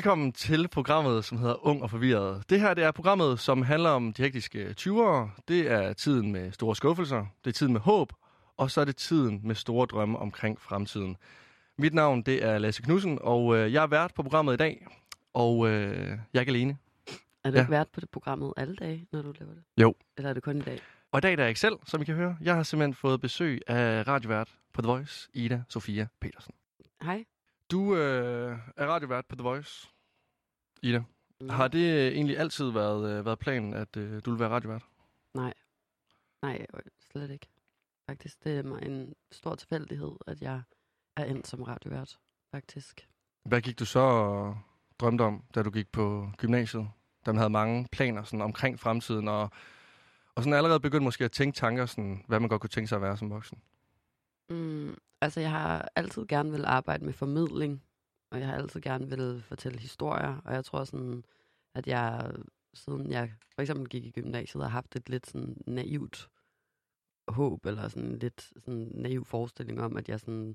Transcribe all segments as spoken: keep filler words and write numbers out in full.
Velkommen til programmet, som hedder Ung og Forvirret. Det her det er programmet, som handler om de hektiske tyvere. Det er tiden med store skuffelser, det er tiden med håb, og så er det tiden med store drømme omkring fremtiden. Mit navn det er Lasse Knudsen, og øh, jeg er vært på programmet i dag, og øh, jeg er ikke alene. Er du ja. ikke vært på det programmet alle dage, når du laver det? Jo. Eller er det kun i dag? Og i dag der er jeg ikke selv, som I kan høre. Jeg har simpelthen fået besøg af radiovært på The Voice, Ida Sofia Petersen. Hej. Du øh, er radiovært på The Voice, Ida. Mm. Har det egentlig altid været, øh, været planen, at øh, du vil være radiovært? Nej. Nej, slet ikke. Faktisk, det er mig en stor tilfældighed, at jeg er endt som radiovært, faktisk. Hvad gik du så og drømte om, da du gik på gymnasiet? Der havde mange planer sådan, omkring fremtiden, og, og sådan allerede begyndte måske at tænke tanker, sådan, hvad man godt kunne tænke sig at være som voksen. Mm, altså, jeg har altid gerne vil arbejde med formidling, og jeg har altid gerne vil fortælle historier, og jeg tror sådan, at jeg, siden jeg for eksempel gik i gymnasiet, har haft et lidt sådan naivt håb, eller sådan lidt sådan naiv forestilling om, at jeg sådan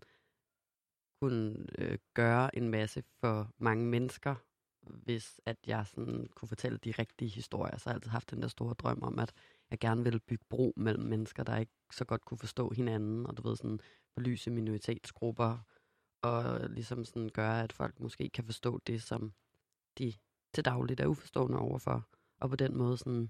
kunne øh, gøre en masse for mange mennesker, hvis at jeg sådan kunne fortælle de rigtige historier. Så har jeg altid haft den der store drøm om, at jeg gerne ville bygge bro mellem mennesker, der ikke så godt kunne forstå hinanden, og du ved, sådan belyse minoritetsgrupper, og ligesom sådan gøre, at folk måske kan forstå det, som de til dagligt er uforstående overfor, og på den måde sådan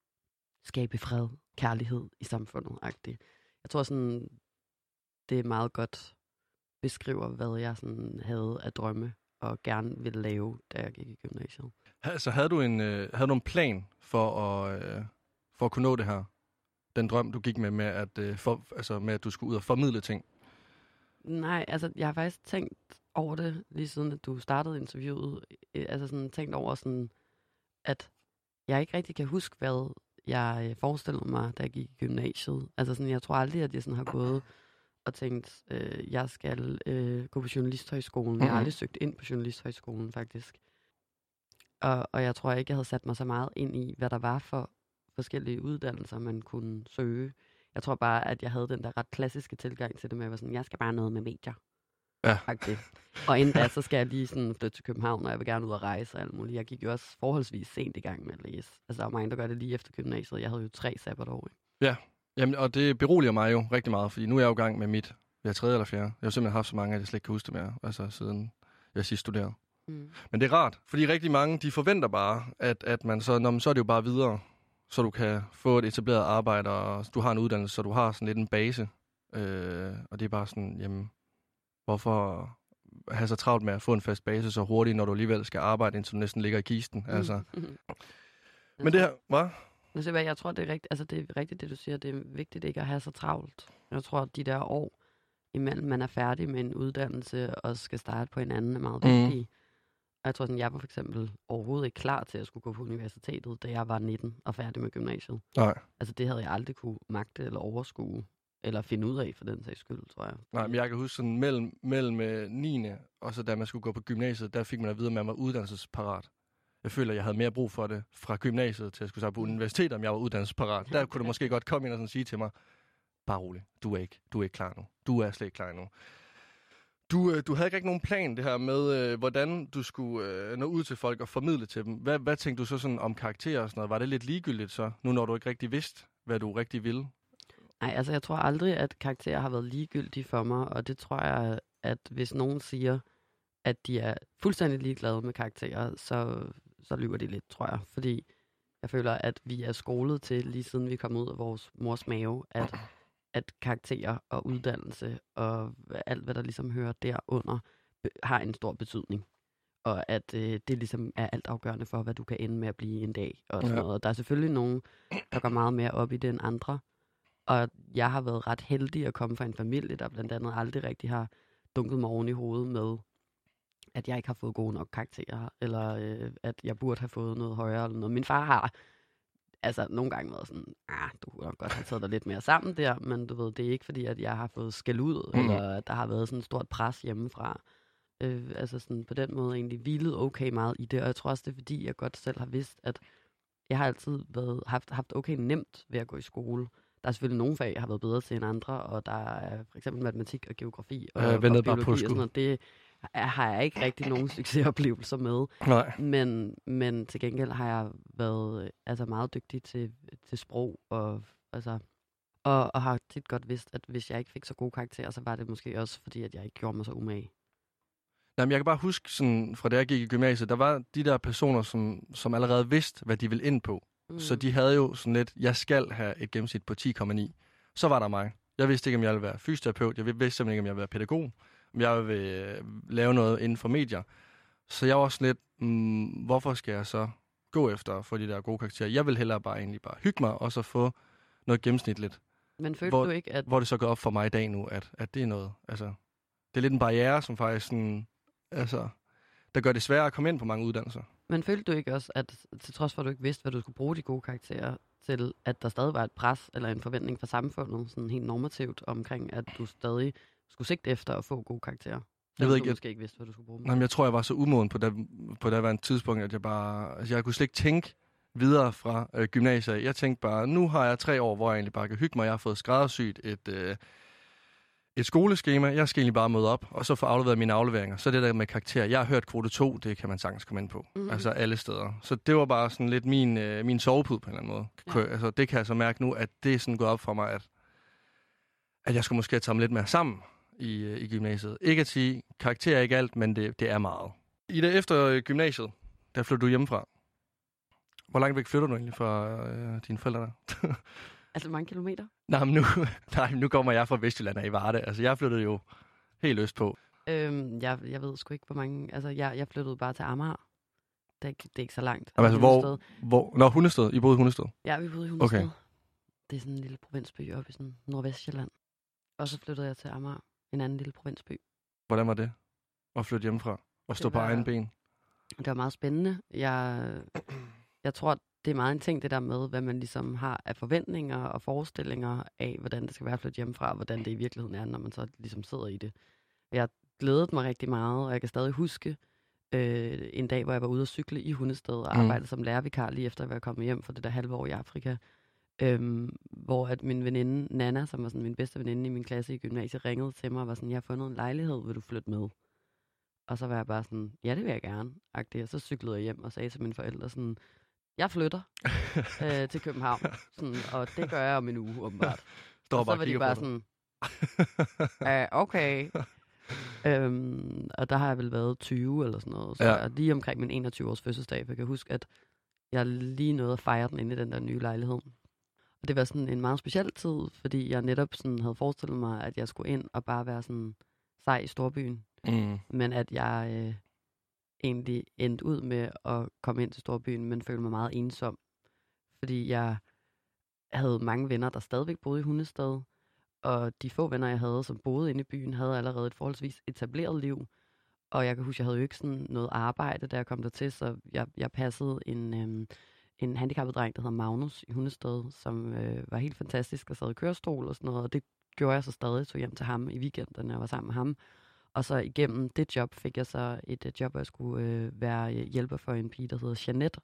skabe fred, kærlighed i samfundet-agtigt. Jeg tror sådan, det er meget godt beskriver, hvad jeg sådan havde af drømme, og gerne ville lave, da jeg gik i gymnasiet. Altså havde du en, øh, havde du en plan for at, øh, for at kunne nå det her? Den drøm, du gik med, med at, øh, for, altså med, at du skulle ud og formidle ting? Nej, altså jeg har faktisk tænkt over det, lige siden at du startede interviewet. Øh, altså sådan tænkt over sådan, at jeg ikke rigtig kan huske, hvad jeg øh, forestillede mig, da jeg gik i gymnasiet. Altså sådan, jeg tror aldrig, at jeg sådan har gået og tænkt, øh, jeg skal øh, gå på journalisthøjskolen. Mm-hmm. Jeg har aldrig søgt ind på journalisthøjskolen, faktisk. Og, og jeg tror ikke, jeg havde sat mig så meget ind i, hvad der var for forskellige uddannelser, man kunne søge. Jeg tror bare, at jeg havde den der ret klassiske tilgang til det med, at jeg var sådan, jeg skal bare noget med medier. Ja. Faktisk. Og inden da, så skal jeg lige sådan flytte til København, og jeg vil gerne ud og rejse og alt muligt. Jeg gik jo også forholdsvis sent i gang med at læse. Altså, der var mange, der gør det lige efter gymnasiet. Jeg havde jo tre sabbatår. Ja. Jamen, og det beroliger mig jo rigtig meget, fordi nu er jeg jo i gang med mit, jeg er tredje eller fjerde. Jeg har simpelthen haft så mange, at jeg slet ikke kan huske det mere, altså siden jeg sidst studerede. Mm. Men det er rart, fordi rigtig mange, de forventer bare, at, at man så, når man, så er det jo bare videre, så du kan få et etableret arbejde, og du har en uddannelse, så du har sådan lidt en base. Øh, og det er bare sådan, jamen, hvorfor have så travlt med at få en fast base så hurtigt, når du alligevel skal arbejde, indtil du næsten ligger i kisten, mm. altså. Men det her, hvad? Jeg, jeg tror, det er rigtigt, altså det er rigtigt, det du siger. Det er vigtigt ikke at have så travlt. Jeg tror, at de der år imellem, man er færdig med en uddannelse og skal starte på en anden, er meget vigtige. Mm. Og jeg tror, sådan, jeg var for eksempel overhovedet ikke klar til at skulle gå på universitetet, da jeg var nitten og færdig med gymnasiet. Nej. Altså det havde jeg aldrig kunne magte eller overskue, eller finde ud af for den sags skyld, tror jeg. Nej, men jeg kan huske sådan mellem, mellem niende og så da man skulle gå på gymnasiet, der fik man at vide, at man var uddannelsesparat. Jeg føler, at jeg havde mere brug for det fra gymnasiet til at skulle starte på universitetet, om jeg var uddannelsesparat. Der kunne du måske godt komme ind og sådan sige til mig, bare rolig, du er ikke, du er ikke klar nu. Du er slet ikke klar nu. Du, du havde ikke rigtig nogen plan, det her med, øh, hvordan du skulle øh, nå ud til folk og formidle til dem. Hvad, hvad tænkte du så sådan om karakterer og sådan noget? Var det lidt ligegyldigt så, nu når du ikke rigtig vidste, hvad du rigtig ville? Nej, altså jeg tror aldrig, at karakterer har været ligegyldige for mig, og det tror jeg, at hvis nogen siger, at de er fuldstændig ligeglade med karakterer, så, så lyver de lidt, tror jeg. Fordi jeg føler, at vi er skolet til, lige siden vi kom ud af vores mors mave, at, at karakterer og uddannelse og alt, hvad der ligesom hører derunder, har en stor betydning. Og at øh, det ligesom er altafgørende for, hvad du kan ende med at blive en dag. Og sådan ja. noget. Der er selvfølgelig nogen, der går meget mere op i det end andre. Og jeg har været ret heldig at komme fra en familie, der blandt andet aldrig rigtig har dunket mig oven i hovedet med, at jeg ikke har fået gode nok karakterer, eller øh, at jeg burde have fået noget højere eller noget. Min far har altså nogle gange været sådan, ah, du kunne nok godt have taget dig lidt mere sammen der, men du ved, det er ikke fordi, at jeg har fået skæld ud, mm. eller at der har været sådan et stort pres hjemmefra. Øh, altså sådan på den måde egentlig hvilet okay meget i det, og jeg tror også, det er fordi, jeg godt selv har vidst, at jeg har altid været, haft, haft okay nemt ved at gå i skole. Der er selvfølgelig nogle fag, jeg har været bedre til end andre, og der er for eksempel matematik og geografi og, øh, og biologi og sådan noget. Det har jeg ikke rigtig nogen succesoplevelser med. Nej. Men, men til gengæld har jeg været altså, meget dygtig til, til sprog, og, altså, og, og har tit godt vidst, at hvis jeg ikke fik så gode karakterer, så var det måske også fordi, at jeg ikke gjorde mig så umage. Jamen, jeg kan bare huske, sådan, fra da jeg gik i gymnasiet, der var de der personer, som, som allerede vidste, hvad de ville ind på. Mm. Så de havde jo sådan lidt, jeg skal have et gennemsnit på ti komma ni. Så var der mig. Jeg vidste ikke, om jeg ville være fysioterapeut. Jeg vidste simpelthen ikke, om jeg ville være pædagog. Om jeg ville lave noget inden for medier. Så jeg var sådan lidt, mm, hvorfor skal jeg så gå efter at få de der gode karakterer? Jeg vil hellere bare egentlig bare hygge mig, og så få noget gennemsnitligt. Men følte hvor, du ikke, at... Hvor det så går op for mig i dag nu, at, at det er noget, altså... Det er lidt en barriere, som faktisk sådan, altså, der gør det sværere at komme ind på mange uddannelser. Men følte du ikke også, at til trods for, at du ikke vidste, hvad du skulle bruge de gode karakterer til, at der stadig var et pres eller en forventning fra samfundet, sådan helt normativt omkring, at du stadig skulle sigte efter at få gode karakterer? Jeg ved ikke, du jeg, måske ikke vidste, hvad du skulle bruge dem. Jamen, jeg tror, jeg var så umoden på det, på det var en tidspunkt, at jeg bare, altså, jeg kunne slet ikke tænke videre fra øh, gymnasiet. Jeg tænkte bare, nu har jeg tre år, hvor jeg egentlig bare kan hygge mig. Jeg har fået skræddersyet et... Øh, Et skoleskema, jeg skal egentlig bare møde op, og så få afleveret mine afleveringer. Så det der med karakter, jeg har hørt kvote to, det kan man sagtens komme ind på. Mm-hmm. Altså alle steder. Så det var bare sådan lidt min, øh, min sovepude på en eller anden måde. Ja. Altså det kan jeg så mærke nu, at det er sådan gået op for mig, at, at jeg skulle måske tage mig lidt mere sammen i, øh, i gymnasiet. Ikke at sige, karakter er ikke alt, men det, det er meget. I det efter gymnasiet, der flyttede du hjemmefra. Hvor langt væk flytter du egentlig fra øh, dine forældre der? Altså mange kilometer? Nej, men nu, nej, nu kommer jeg fra Vestjylland og i Varde. Altså, jeg flyttede jo helt øst på. Øhm, jeg, jeg ved sgu ikke, hvor mange... Altså, jeg, jeg flyttede bare til Amager. Det er, det er ikke så langt. Jamen, altså, hvor, hvor... Nå, Hundested. I boede i Hundested? Ja, vi boede i Hundested. Okay. Det er sådan en lille provinsby oppe i sådan Nordvestjylland. Og så flyttede jeg til Amager, en anden lille provinsby. Hvordan var det at flytte hjemmefra og stå var, på egen ben? Det var meget spændende. Jeg, jeg tror, det er meget en ting, det der med, hvad man ligesom har af forventninger og forestillinger af, hvordan det skal være at flytte hjemmefra, og hvordan det i virkeligheden er, når man så ligesom sidder i det. Jeg glædede mig rigtig meget, og jeg kan stadig huske øh, en dag, hvor jeg var ude at cykle i Hundested og arbejdede mm. som lærervikar lige efter, at jeg var kommet hjem fra det der halve år i Afrika. Øhm, hvor at min veninde, Nana, som var sådan min bedste veninde i min klasse i gymnasiet, ringede til mig og var sådan, jeg har fundet en lejlighed, vil du flytte med? Og så var jeg bare sådan, ja, det vil jeg gerne. Og så cyklede jeg hjem og sagde til mine forældre sådan, jeg flytter øh, til København, sådan, og det gør jeg om en uge, åbenbart. Står og så bare var de bare sådan, uh, okay. øhm, og der har jeg vel været tyve eller sådan noget. Så ja. Jeg lige omkring min enogtyve års fødselsdag, for jeg kan huske, at jeg lige nåede at fejre den inde i den der nye lejlighed. Og det var sådan en meget speciel tid, fordi jeg netop sådan havde forestillet mig, at jeg skulle ind og bare være sådan sej i storbyen. Mm. Men at jeg øh, egentlig endte ud med at komme ind til storbyen, men følte mig meget ensom. Fordi jeg havde mange venner, der stadigvæk boede i Hundested. Og de få venner, jeg havde, som boede inde i byen, havde allerede et forholdsvis etableret liv. Og jeg kan huske, jeg havde jo ikke sådan noget arbejde, da jeg kom dertil, så jeg, jeg passede en... Øhm, en handicappet dreng, der hedder Magnus i Hundested, som øh, var helt fantastisk og sad i kørestol og sådan noget, og det gjorde jeg så stadig, tog hjem til ham i weekenden, og var sammen med ham. Og så igennem det job fik jeg så et uh, job, hvor jeg skulle øh, være hjælper for en pige, der hedder Jeanette.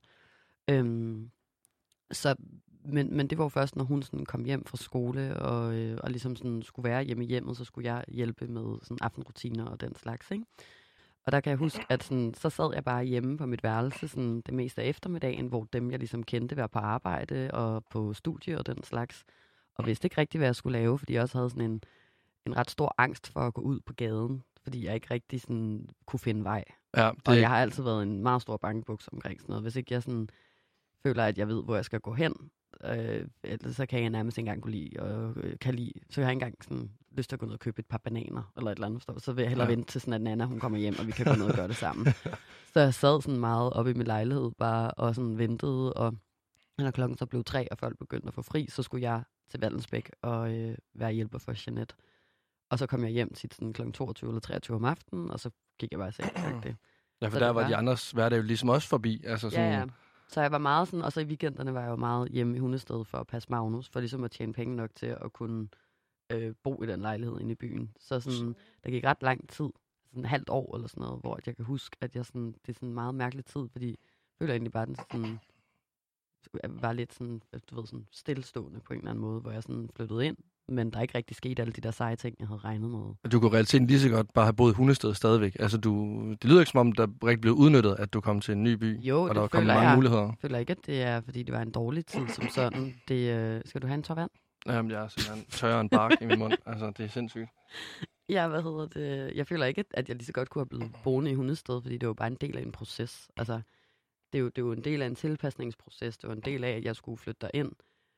Øhm, så, men, men det var først, når hun sådan kom hjem fra skole, og, øh, og ligesom sådan skulle være hjemme i hjemmet, så skulle jeg hjælpe med sådan aftenrutiner og den slags, ikke? Og der kan jeg huske, at sådan, så sad jeg bare hjemme på mit værelse sådan, det meste af eftermiddagen, hvor dem, jeg ligesom kendte, var på arbejde og på studie og den slags. Og vidste ikke rigtig, hvad jeg skulle lave, fordi jeg også havde sådan en, en ret stor angst for at gå ud på gaden, fordi jeg ikke rigtig sådan, kunne finde vej. Ja, det... Og jeg har altid været en meget stor bangebuks omkring sådan noget. Hvis ikke jeg sådan, føler, at jeg ved, hvor jeg skal gå hen, øh, så kan jeg nærmest ikke engang kunne lide, og øh, kan lide. Så jeg har ikke engang sådan lyst til at gå ned og købe et par bananer, eller et eller andet, forstår. Så vil jeg hellere ja. vente til sådan, at Nana, hun kommer hjem, og vi kan gå ned og gøre det sammen. Så jeg sad sådan meget oppe i min lejlighed, bare og sådan ventede, og når klokken så blev tre, og folk begyndte at få fri, så skulle jeg til Vallensbæk og øh, være hjælper for Jeanette. Og så kom jeg hjem til sådan klokken toogtyve eller treogtyve om aftenen, og så gik jeg bare i seng. Det. Ja, for så der var var de andres hverdag jo ligesom også forbi. Altså sådan... Ja, ja. Så jeg var meget sådan, og så i weekenderne var jeg jo meget hjemme i Hundested for at passe Magnus, for ligesom at tjene penge nok til at kunne øh, bo i den lejlighed inde i byen. Så sådan, der gik ret lang tid, sådan et halvt år eller sådan noget, hvor jeg kan huske, at jeg sådan, det er sådan en meget mærkelig tid, fordi jeg føler egentlig bare, at den sådan var lidt sådan, du ved, sådan stillestående på en eller anden måde, hvor jeg sådan flyttede ind, men der er ikke rigtig sket alle de der seje ting, jeg havde regnet med. Du kunne realiteten lige så godt bare have boet i Hundested stadigvæk. Altså, du, det lyder ikke som om, der rigtig blev udnyttet, at du kom til en ny by, jo, og der det kom mange jeg. muligheder. Jeg føler ikke, at det er, fordi det var en dårlig tid som sådan. Det, øh, skal du have en tår vand? Jamen, jeg er simpelthen tørre en bark i min mund. Altså, det er sindssygt. Ja, hvad hedder det? Jeg føler ikke, at jeg lige så godt kunne have blevet boende i Hundested, fordi det var bare en del af en proces. Altså, det er jo, det er jo en del af en tilpasningsproces. Det var en del af, at jeg skulle flytte derind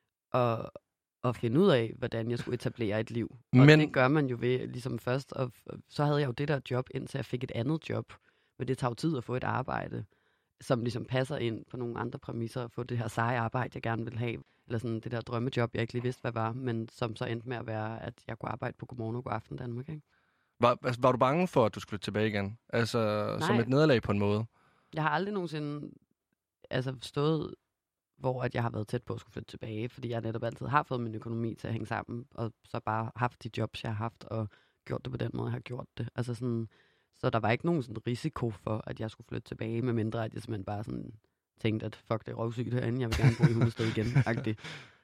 og, og finde ud af, hvordan jeg skulle etablere et liv. Og Men... det gør man jo ved, ligesom først. Og så havde jeg jo det der job, indtil jeg fik et andet job. Men det tager jo tid at få et arbejde, som ligesom passer ind på nogle andre præmisser, at få det her seje arbejde, jeg gerne vil have. Eller sådan det der drømmejob, jeg ikke lige vidste, hvad var, men som så endte med at være, at jeg kunne arbejde på Godmorgen og Godaften Danmark, ikke? Var, altså, var du bange for, at du skulle tilbage igen? Altså, Nej. Som et nederlag på en måde? Jeg har aldrig nogensinde altså, stået, hvor at jeg har været tæt på at skulle flytte tilbage, fordi jeg netop altid har fået min økonomi til at hænge sammen, og så bare haft de jobs, jeg har haft, og gjort det på den måde, jeg har gjort det. Altså sådan, så der var ikke nogen sådan risiko for, at jeg skulle flytte tilbage, medmindre at jeg simpelthen bare sådan tænkte, at fuck, det er røvsygt herinde, jeg vil gerne bo i Hundested igen, agtigt.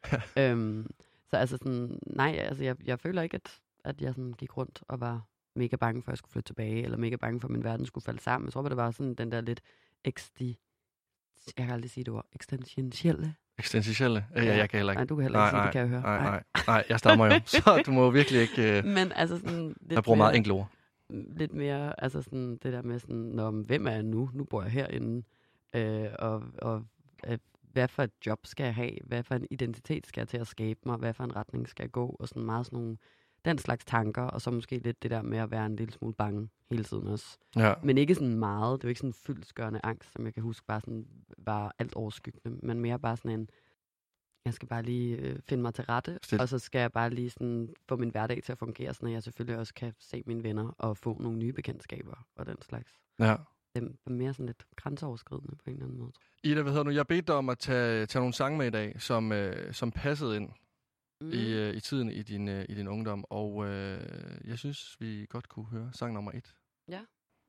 øhm, så altså sådan, nej, altså jeg, jeg føler ikke, at, at jeg sådan gik rundt og var mega bange for, at jeg skulle flytte tilbage, eller mega bange for, at min verden skulle falde sammen. Jeg tror, det var sådan den der lidt eksti... Jeg kan aldrig sige det ord. Eksistentielle. Eksistentielle? Ja, ja, jeg kan heller ikke. Nej, du kan heller nej, ikke sige nej, det, kan jeg høre. Nej, nej, nej, jeg stammer jo. Så du må virkelig ikke... Uh... Men altså sådan... Lidt jeg bruger mere, meget enkle ord. Lidt mere, altså sådan det der med sådan, når, hvem er jeg nu? Nu bor jeg herinde. Øh, og og øh, hvad for et job skal jeg have? Hvad for en identitet skal jeg til at skabe mig? Hvad for en retning skal jeg gå? Og sådan meget sådan nogle... Den slags tanker, og så måske lidt det der med at være en lille smule bange hele tiden også. Ja. Men ikke sådan meget. Det var ikke sådan en fyldestgørende angst, som jeg kan huske, bare sådan var alt overskyggende. Men mere bare sådan en, jeg skal bare lige øh, finde mig til rette, Stil. Og så skal jeg bare lige sådan få min hverdag til at fungere, så jeg selvfølgelig også kan se mine venner og få nogle nye bekendtskaber og den slags. Ja. Det er mere sådan lidt grænseoverskridende på en eller anden måde. Ida, hvad hedder nu? Jeg bedte dig om at tage, tage nogle sange med i dag, som, øh, som passede ind. Mm. I, øh, i tiden i din, øh, i din ungdom, og øh, jeg synes, vi godt kunne høre sang nummer et. Ja.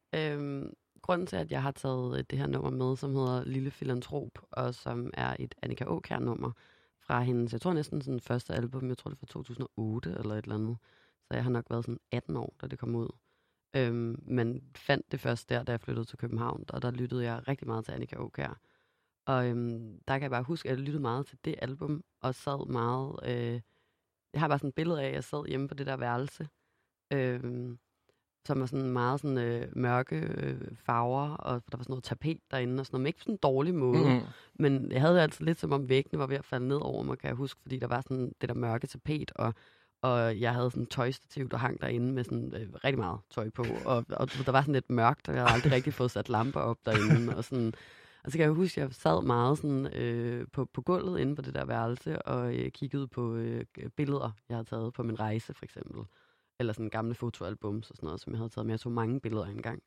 Øhm, grunden til, at jeg har taget det her nummer med, som hedder Lille Filantrop, og som er et Annika Aakjær-nummer fra hendes, jeg tror næsten sådan første album, jeg tror det er fra to tusind og otte eller et eller andet, så jeg har nok været sådan atten år, da det kom ud. Øhm, men fandt det først der, da jeg flyttede til København, og der lyttede jeg rigtig meget til Annika Aakjær. Og øhm, der kan jeg bare huske, at jeg lyttede meget til det album, og sad meget... Øh, jeg har bare sådan et billede af, at jeg sad hjemme på det der værelse, øh, som var sådan meget sådan, øh, mørke øh, farver, og der var sådan noget tapet derinde, og sådan noget, men ikke på sådan en dårlig måde. Mm-hmm. Men jeg havde det altså lidt som om væggene var ved at falde ned over mig, kan jeg huske, fordi der var sådan det der mørke tapet, og, og jeg havde sådan en tøjstativ, der hang derinde med sådan øh, rigtig meget tøj på, og, og der var sådan lidt mørkt, og jeg havde aldrig rigtig fået sat lamper op derinde, og sådan... Og så kan jeg huske, at jeg sad meget sådan, øh, på, på gulvet inde på det der værelse, og øh, kiggede på øh, billeder, jeg havde taget på min rejse, for eksempel. Eller sådan gamle fotoalbums og sådan noget, som jeg havde taget med. Jeg tog mange billeder engang.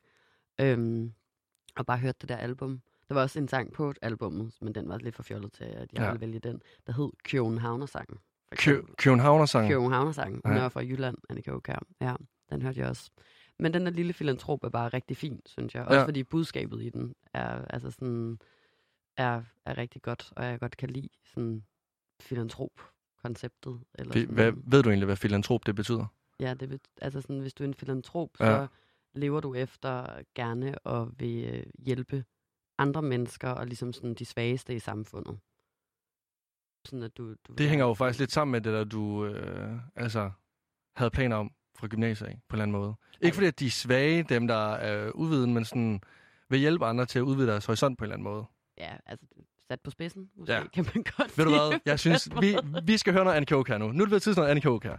Øhm, og bare hørte det der album. Der var også en sang på albummet, men den var lidt for fjollet til, at jeg ja. ville vælge den. Der hed Københavnersangen. Københavnersangen? Københavnersangen. Hun ja. er fra Jylland, Annika Aakjær. Ja, den hørte jeg også. Men den der Lille Filantrop er bare rigtig fin, synes jeg. Også ja. fordi budskabet i den er, altså sådan, er, er rigtig godt, og jeg godt kan lide sådan filantrop-konceptet. Eller sådan. Hvad, ved du egentlig, hvad filantrop det betyder? Ja, det bet, altså sådan, hvis du er en filantrop, ja. så lever du efter gerne og vil hjælpe andre mennesker og ligesom sådan de svageste i samfundet. Sådan at du, du det hænger jo faktisk lidt sammen med det, der du øh, altså havde planer om fra gymnasiet af, på en eller anden måde. Ej. Ikke fordi, at de er svage, dem der er udviden, men sådan vil hjælpe andre til at udvide deres horisont på en eller anden måde. Ja, altså sat på spidsen, måske ja. kan man godt Ved du hvad? Jeg synes, vi, vi skal høre noget Annika Aakjær nu. Nu er det blevet tid til noget Annika Aakjær.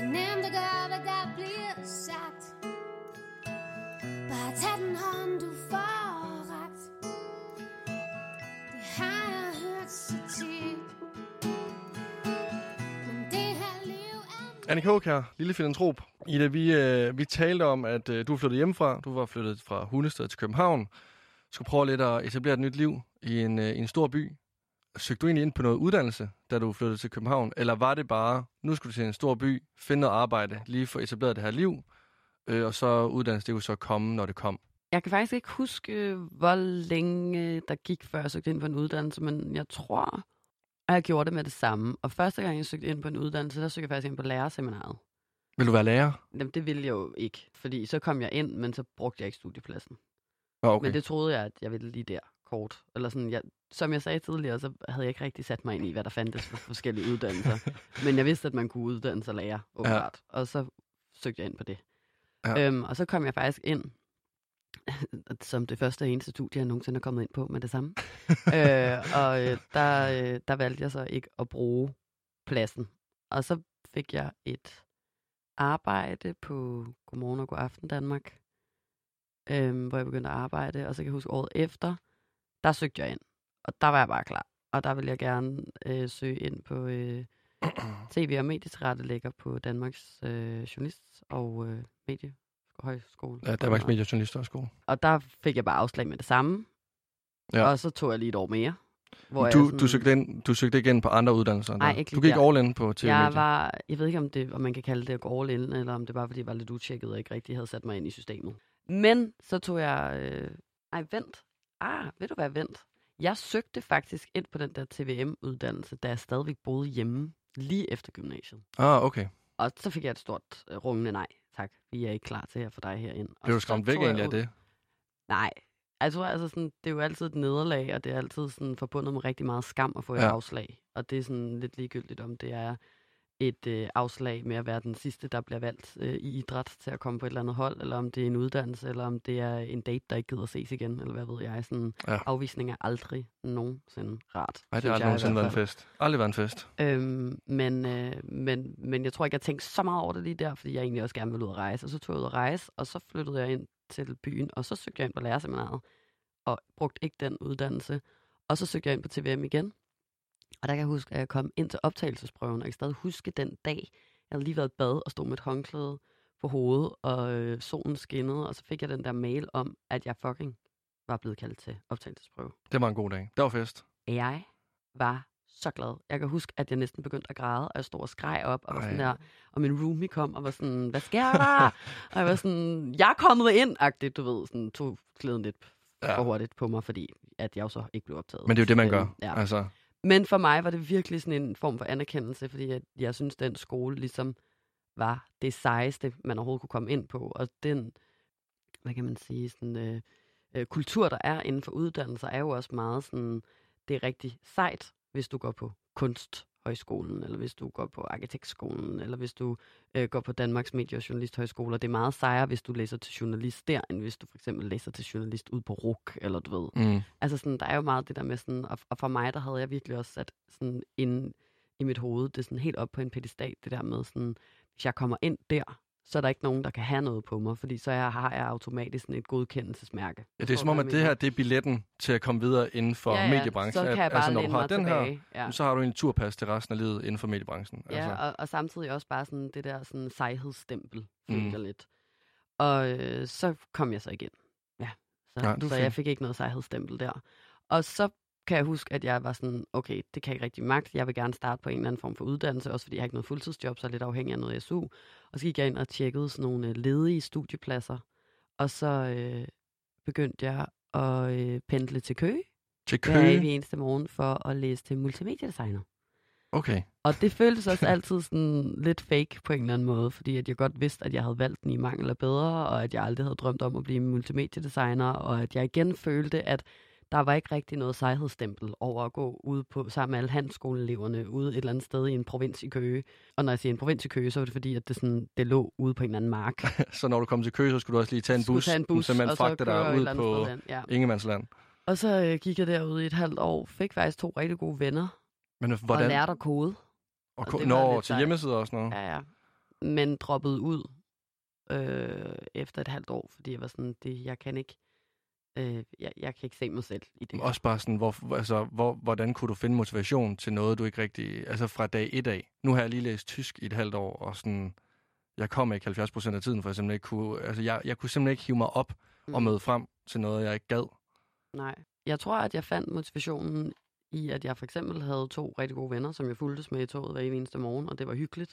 nemt at gøre, hvad der bliver sagt. Bare tag den hånd, du får rakt. Det har jeg hørt så tit. Men det her liv er... Annika Håk her, lille filantrop. Ida, vi, øh, vi talte om, at øh, du er flyttet hjemmefra. Du var flyttet fra Hundested til København. Skulle prøve lidt at etablere et nyt liv i en, øh, i en stor by. Søgte du egentlig ind på noget uddannelse, da du flyttede til København? Eller var det bare, nu skulle du til en stor by, finde noget arbejde, lige få etableret det her liv, øh, og så uddannelse, det kunne så komme, når det kom? Jeg kan faktisk ikke huske, hvor længe der gik, før jeg søgte ind på en uddannelse, men jeg tror, at jeg gjorde det med det samme. Og første gang, jeg søgte ind på en uddannelse, der søgte jeg faktisk ind på lærerseminaret. Vil du være lærer? Jamen, det ville jeg jo ikke, fordi så kom jeg ind, men så brugte jeg ikke studiepladsen. Oh, okay. Men det troede jeg, at jeg ville lige der kort. Eller sådan, jeg, som jeg sagde tidligere, så havde jeg ikke rigtig sat mig ind i, hvad der fandtes for forskellige uddannelser. Men jeg vidste, at man kunne uddanne sig lærer, åbenbart. Ja. Og så søgte jeg ind på det. Ja. Øhm, og så kom jeg faktisk ind, som det første og eneste studie, jeg nogensinde er kommet ind på med det samme. øh, og øh, der, øh, der valgte jeg så ikke at bruge pladsen. Og så fik jeg et arbejde på Godmorgen og Godaften Danmark, øhm, hvor jeg begyndte at arbejde. Og så kan jeg huske, året efter, der søgte jeg ind. Og der var jeg bare klar. Og der ville jeg gerne øh, søge ind på øh, tv- og medietilrettelægger på Danmarks øh, Journalist- og øh, Mediehøjskole. Ja, Danmarks Medie- og Journalisthøjskole. Og der fik jeg bare afslag med det samme. Ja. Og så tog jeg lige et år mere. Hvor du, jeg sådan, du, søgte ind, du søgte ikke ind på andre uddannelser? Nej, ikke du gik der. all in på tv jeg var, jeg ved ikke, om, det, om man kan kalde det at gå all in, eller om det var, fordi jeg var lidt utjekket og ikke rigtig havde sat mig ind i systemet. Men så tog jeg... Øh, ej, vent. Ah, ved du hvad, vent. Jeg søgte faktisk ind på den der T V M-uddannelse, da jeg stadigvæk boede hjemme, lige efter gymnasiet. Ah, okay. Og så fik jeg et stort uh, rungende nej. Tak, vi er ikke klar til at få dig herind. Blev du skræmt væk egentlig af det? Nej. Jeg tror altså sådan, det er jo altid et nederlag, og det er altid sådan forbundet med rigtig meget skam at få et ja. afslag. Og det er sådan lidt ligegyldigt, om det er et øh, afslag med at være den sidste, der bliver valgt øh, i idræt til at komme på et eller andet hold, eller om det er en uddannelse, eller om det er en date, der ikke gider ses igen, eller hvad ved jeg. Sådan ja. Afvisning er aldrig nogensinde rart. Nej, det har aldrig nogensinde været en fest. Aldrig været en fest. Øhm, men, øh, men, men jeg tror ikke, jeg tænkte så meget over det lige der, fordi jeg egentlig også gerne ville ud at rejse. Og så tog jeg ud at rejse, og så flyttede jeg ind til byen, og så søgte jeg ind på lærerseminaret, og brugte ikke den uddannelse. Og så søgte jeg ind på T V M igen. Og der kan jeg huske, at jeg kom ind til optagelsesprøven, og jeg kan stadig huske den dag, jeg havde lige været i bad og stod med et håndklæde på hovedet, og øh, solen skinnede, og så fik jeg den der mail om, at jeg fucking var blevet kaldt til optagelsesprøve. Det var en god dag. Det var fest. Jeg var så glad. Jeg kan huske, at jeg næsten begyndte at græde, og jeg stod og skreg op, og var sådan der, og min roomie kom, og var sådan, hvad sker der? Og jeg var sådan, jeg er kommet ind-agtigt, du ved, sådan tog klæden lidt ja. for hurtigt på mig, fordi at jeg jo så ikke blev optaget. Men det er jo det, man gør. Ja. Altså. Men for mig var det virkelig sådan en form for anerkendelse, fordi jeg, jeg synes, den skole ligesom var det sejeste, man overhovedet kunne komme ind på. Og den, hvad kan man sige, sådan, øh, øh, kultur, der er inden for uddannelser, er jo også meget sådan, det er rigtig sejt, hvis du går på kunsthøjskolen, eller hvis du går på arkitektskolen, eller hvis du øh, går på Danmarks Medie- og Journalisthøjskole. Det er meget sejere, hvis du læser til journalist der, end hvis du for eksempel læser til journalist ude på R U C, eller du ved. Mm. Altså sådan, der er jo meget det der med sådan, og, og for mig, der havde jeg virkelig også sat sådan inde i mit hoved, det er sådan helt op på en pedestal, det der med sådan, hvis jeg kommer ind der, så er der ikke nogen, der kan have noget på mig, fordi så jeg, har jeg automatisk sådan et godkendelsesmærke. Ja, det er som om, at det her, det er billetten til at komme videre inden for ja, ja. mediebranchen. Så kan jeg bare altså, når du har den tilbage. her, ja. så har du en turpas til resten af livet inden for mediebranchen. Ja, altså. og, og samtidig også bare sådan det der sådan sejhedsstempel, følte mm. jeg lidt. Og øh, så kom jeg så igen. Ja, så, ja, så jeg fik ikke noget sejhedsstempel der. Og så kan jeg huske, at jeg var sådan, okay, det kan jeg ikke rigtig magte. Jeg vil gerne starte på en eller anden form for uddannelse, også fordi jeg har ikke noget fuldtidsjob, så er jeg lidt afhængig af noget S U. Og så gik jeg ind og tjekkede sådan nogle ledige studiepladser. Og så øh, begyndte jeg at øh, pendle til Køge. Til Køge? Hver eneste morgen for at læse til multimediedesigner. Okay. Og det føltes også altid sådan lidt fake på en eller anden måde, fordi at jeg godt vidste, at jeg havde valgt den i mangel af bedre, og at jeg aldrig havde drømt om at blive multimediedesigner, og at jeg igen følte, at der var ikke rigtig noget sejhedsstempel over at gå ude på, sammen med alle handelsskoleeleverne ude et eller andet sted i en provins i Køge. Og når jeg siger en provins i Køge, så var det fordi, at det, sådan, det lå ude på en anden mark. Så når du kom til Køge, så skulle du også lige tage en bus, tage en bus så man fragte dig ud på ja. Ingemannsland. Og så øh, gik jeg derude i et halvt år, fik faktisk to rigtig gode venner. Men hvordan? Og lærte at kode. Og ko- Nå, til hjemmesider og sådan noget? Ja, ja. men droppede ud øh, efter et halvt år, fordi jeg var sådan, det, jeg kan ikke, øh, jeg, jeg kan ikke se mig selv i det. Også bare sådan, hvor, altså, hvor, hvordan kunne du finde motivation til noget, du ikke rigtig... Altså fra dag et af. Nu har jeg lige læst tysk i et halvt år, og sådan... Jeg kom ikke halvfjerds procent af tiden, for jeg simpelthen ikke kunne... Altså, jeg, jeg kunne simpelthen ikke hive mig op mm. og møde frem til noget, jeg ikke gad. Nej. Jeg tror, at jeg fandt motivationen i, at jeg for eksempel havde to rigtig gode venner, som jeg fulgtes med i toget hver eneste morgen, og det var hyggeligt.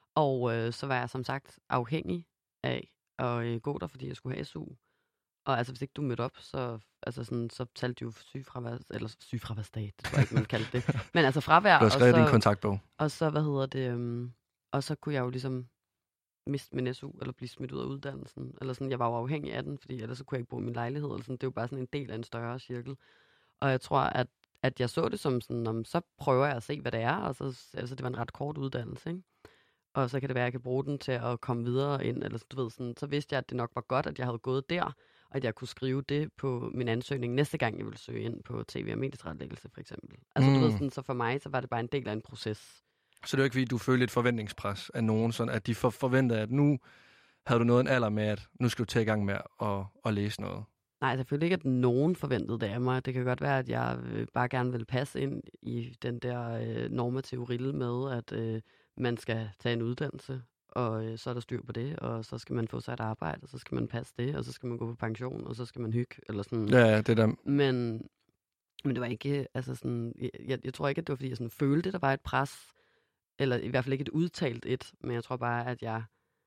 Og øh, så var jeg som sagt afhængig af at øh, gå der, fordi jeg skulle have S U. Og altså, hvis ikke du mødte op, så, altså sådan, så talte du jo sygefravær, eller sygefraværsdag, det tror jeg ikke, man kaldte det. Men altså fravær. Du har skrevet din kontaktbog. Og så, hvad hedder det, øhm, og så kunne jeg jo ligesom miste min S U, eller blive smidt ud af uddannelsen. Eller sådan, jeg var jo afhængig af den, fordi ellers så kunne jeg ikke bruge min lejlighed. Eller sådan. Det er jo bare sådan en del af en større cirkel. Og jeg tror, at, at jeg så det som sådan, om, så prøver jeg at se, hvad det er. Og så, altså, det var en ret kort uddannelse, ikke? Og så kan det være, at jeg kan bruge den til at komme videre ind. Eller du ved, sådan, så vidste jeg, at det nok var godt, at jeg havde gået der, og at jeg kunne skrive det på min ansøgning næste gang, jeg ville søge ind på T V og medietilrettelæggelse, for eksempel. Altså, mm. du ved, sådan, så for mig, så var det bare en del af en proces. Så det er jo ikke, fordi du følte et forventningspres af nogen, sådan at de for forventede, at nu havde du nået en alder med, at nu skal du tage i gang med at, at læse noget? Nej, selvfølgelig ikke, at nogen forventede det af mig. Det kan godt være, at jeg bare gerne vil passe ind i den der øh, normative rille med, at øh, man skal tage en uddannelse, og øh, så er der styr på det, og så skal man få sig et arbejde, og så skal man passe det, og så skal man gå på pension, og så skal man hygge, eller sådan. Ja, det der. Men, men det var ikke, altså sådan, jeg, jeg tror ikke, at det var, fordi jeg sådan følte, at der var et pres, eller i hvert fald ikke et udtalt et, men jeg tror bare, at jeg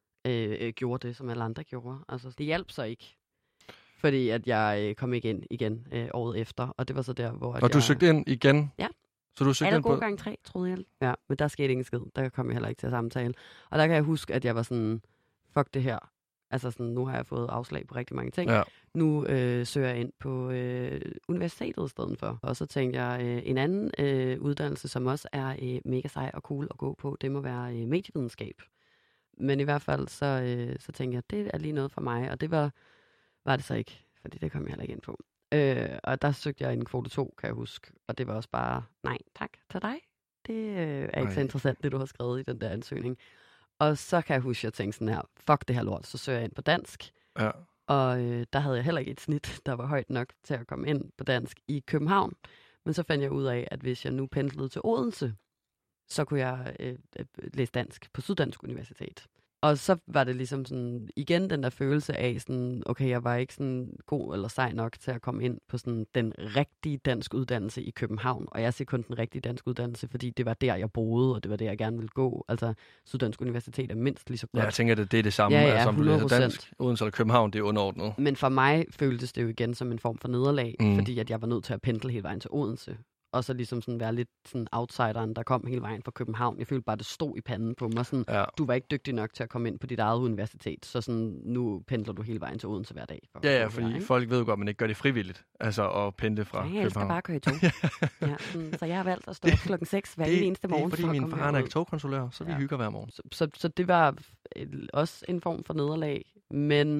øh, gjorde det, som alle andre gjorde. Altså, det hjalp så ikke, fordi at jeg øh, kom ikke ind igen øh, året efter, og det var så der, hvor... At og du jeg... søgte ind igen? Ja. Så du søgte Alle ind gode på... gang tre, troede jeg. Ja, men der skete ingen skid. Der kom jeg heller ikke til at samtale. Og der kan jeg huske, at jeg var sådan, fuck det her. Altså sådan, nu har jeg fået afslag på rigtig mange ting. Ja. Nu øh, søger jeg ind på øh, universitetet i stedet for. Og så tænkte jeg, øh, en anden øh, uddannelse, som også er øh, mega sej og cool at gå på, det må være øh, medievidenskab. Men i hvert fald, så, øh, så tænkte jeg, det er lige noget for mig. Og det var, var det så ikke, fordi det kom jeg heller ikke ind på. Øh, og der søgte jeg en kvote to, kan jeg huske. Og det var også bare, nej tak til dig. Det øh, er ikke så interessant, det du har skrevet i den der ansøgning. Og så kan jeg huske, at jeg tænkte sådan her, fuck det her lort, så søger jeg ind på dansk. Ja. Og øh, der havde jeg heller ikke et snit, der var højt nok til at komme ind på dansk i København. Men så fandt jeg ud af, at hvis jeg nu pendlede til Odense, så kunne jeg øh, læse dansk på Syddansk Universitet. Og så var det ligesom sådan, igen den der følelse af sådan, okay, jeg var ikke sådan god eller sej nok til at komme ind på sådan den rigtige dansk uddannelse i København. Og jeg ser kun den rigtige dansk uddannelse, fordi det var der, jeg boede, og det var der, jeg gerne ville gå. Altså, Syddansk Universitet er mindst lige så godt. Ja, jeg tænker, at det er det samme, ja, ja, som du læser dansk. Odense eller København, det er underordnet. Men for mig føltes det jo igen som en form for nederlag, mm. fordi at jeg var nødt til at pendle hele vejen til Odense. Og så ligesom sådan være lidt sådan outsideren, der kom hele vejen fra København. Jeg følte bare, det stod i panden på mig. Sådan, ja. Du var ikke dygtig nok til at komme ind på dit eget universitet, så sådan, nu pendler du hele vejen til Odense hver dag. For ja, ja, fordi her, folk ved jo godt, at man ikke gør det frivilligt. Altså at pendle fra København. Ja, jeg skal bare køre i tog. ja, sådan, så jeg har valgt at stå op klokken seks hver det, eneste morgen. Det er fordi min far er togkontrollør, så vi ja. hygger hver morgen. Så, så, så det var et, også en form for nederlag. Men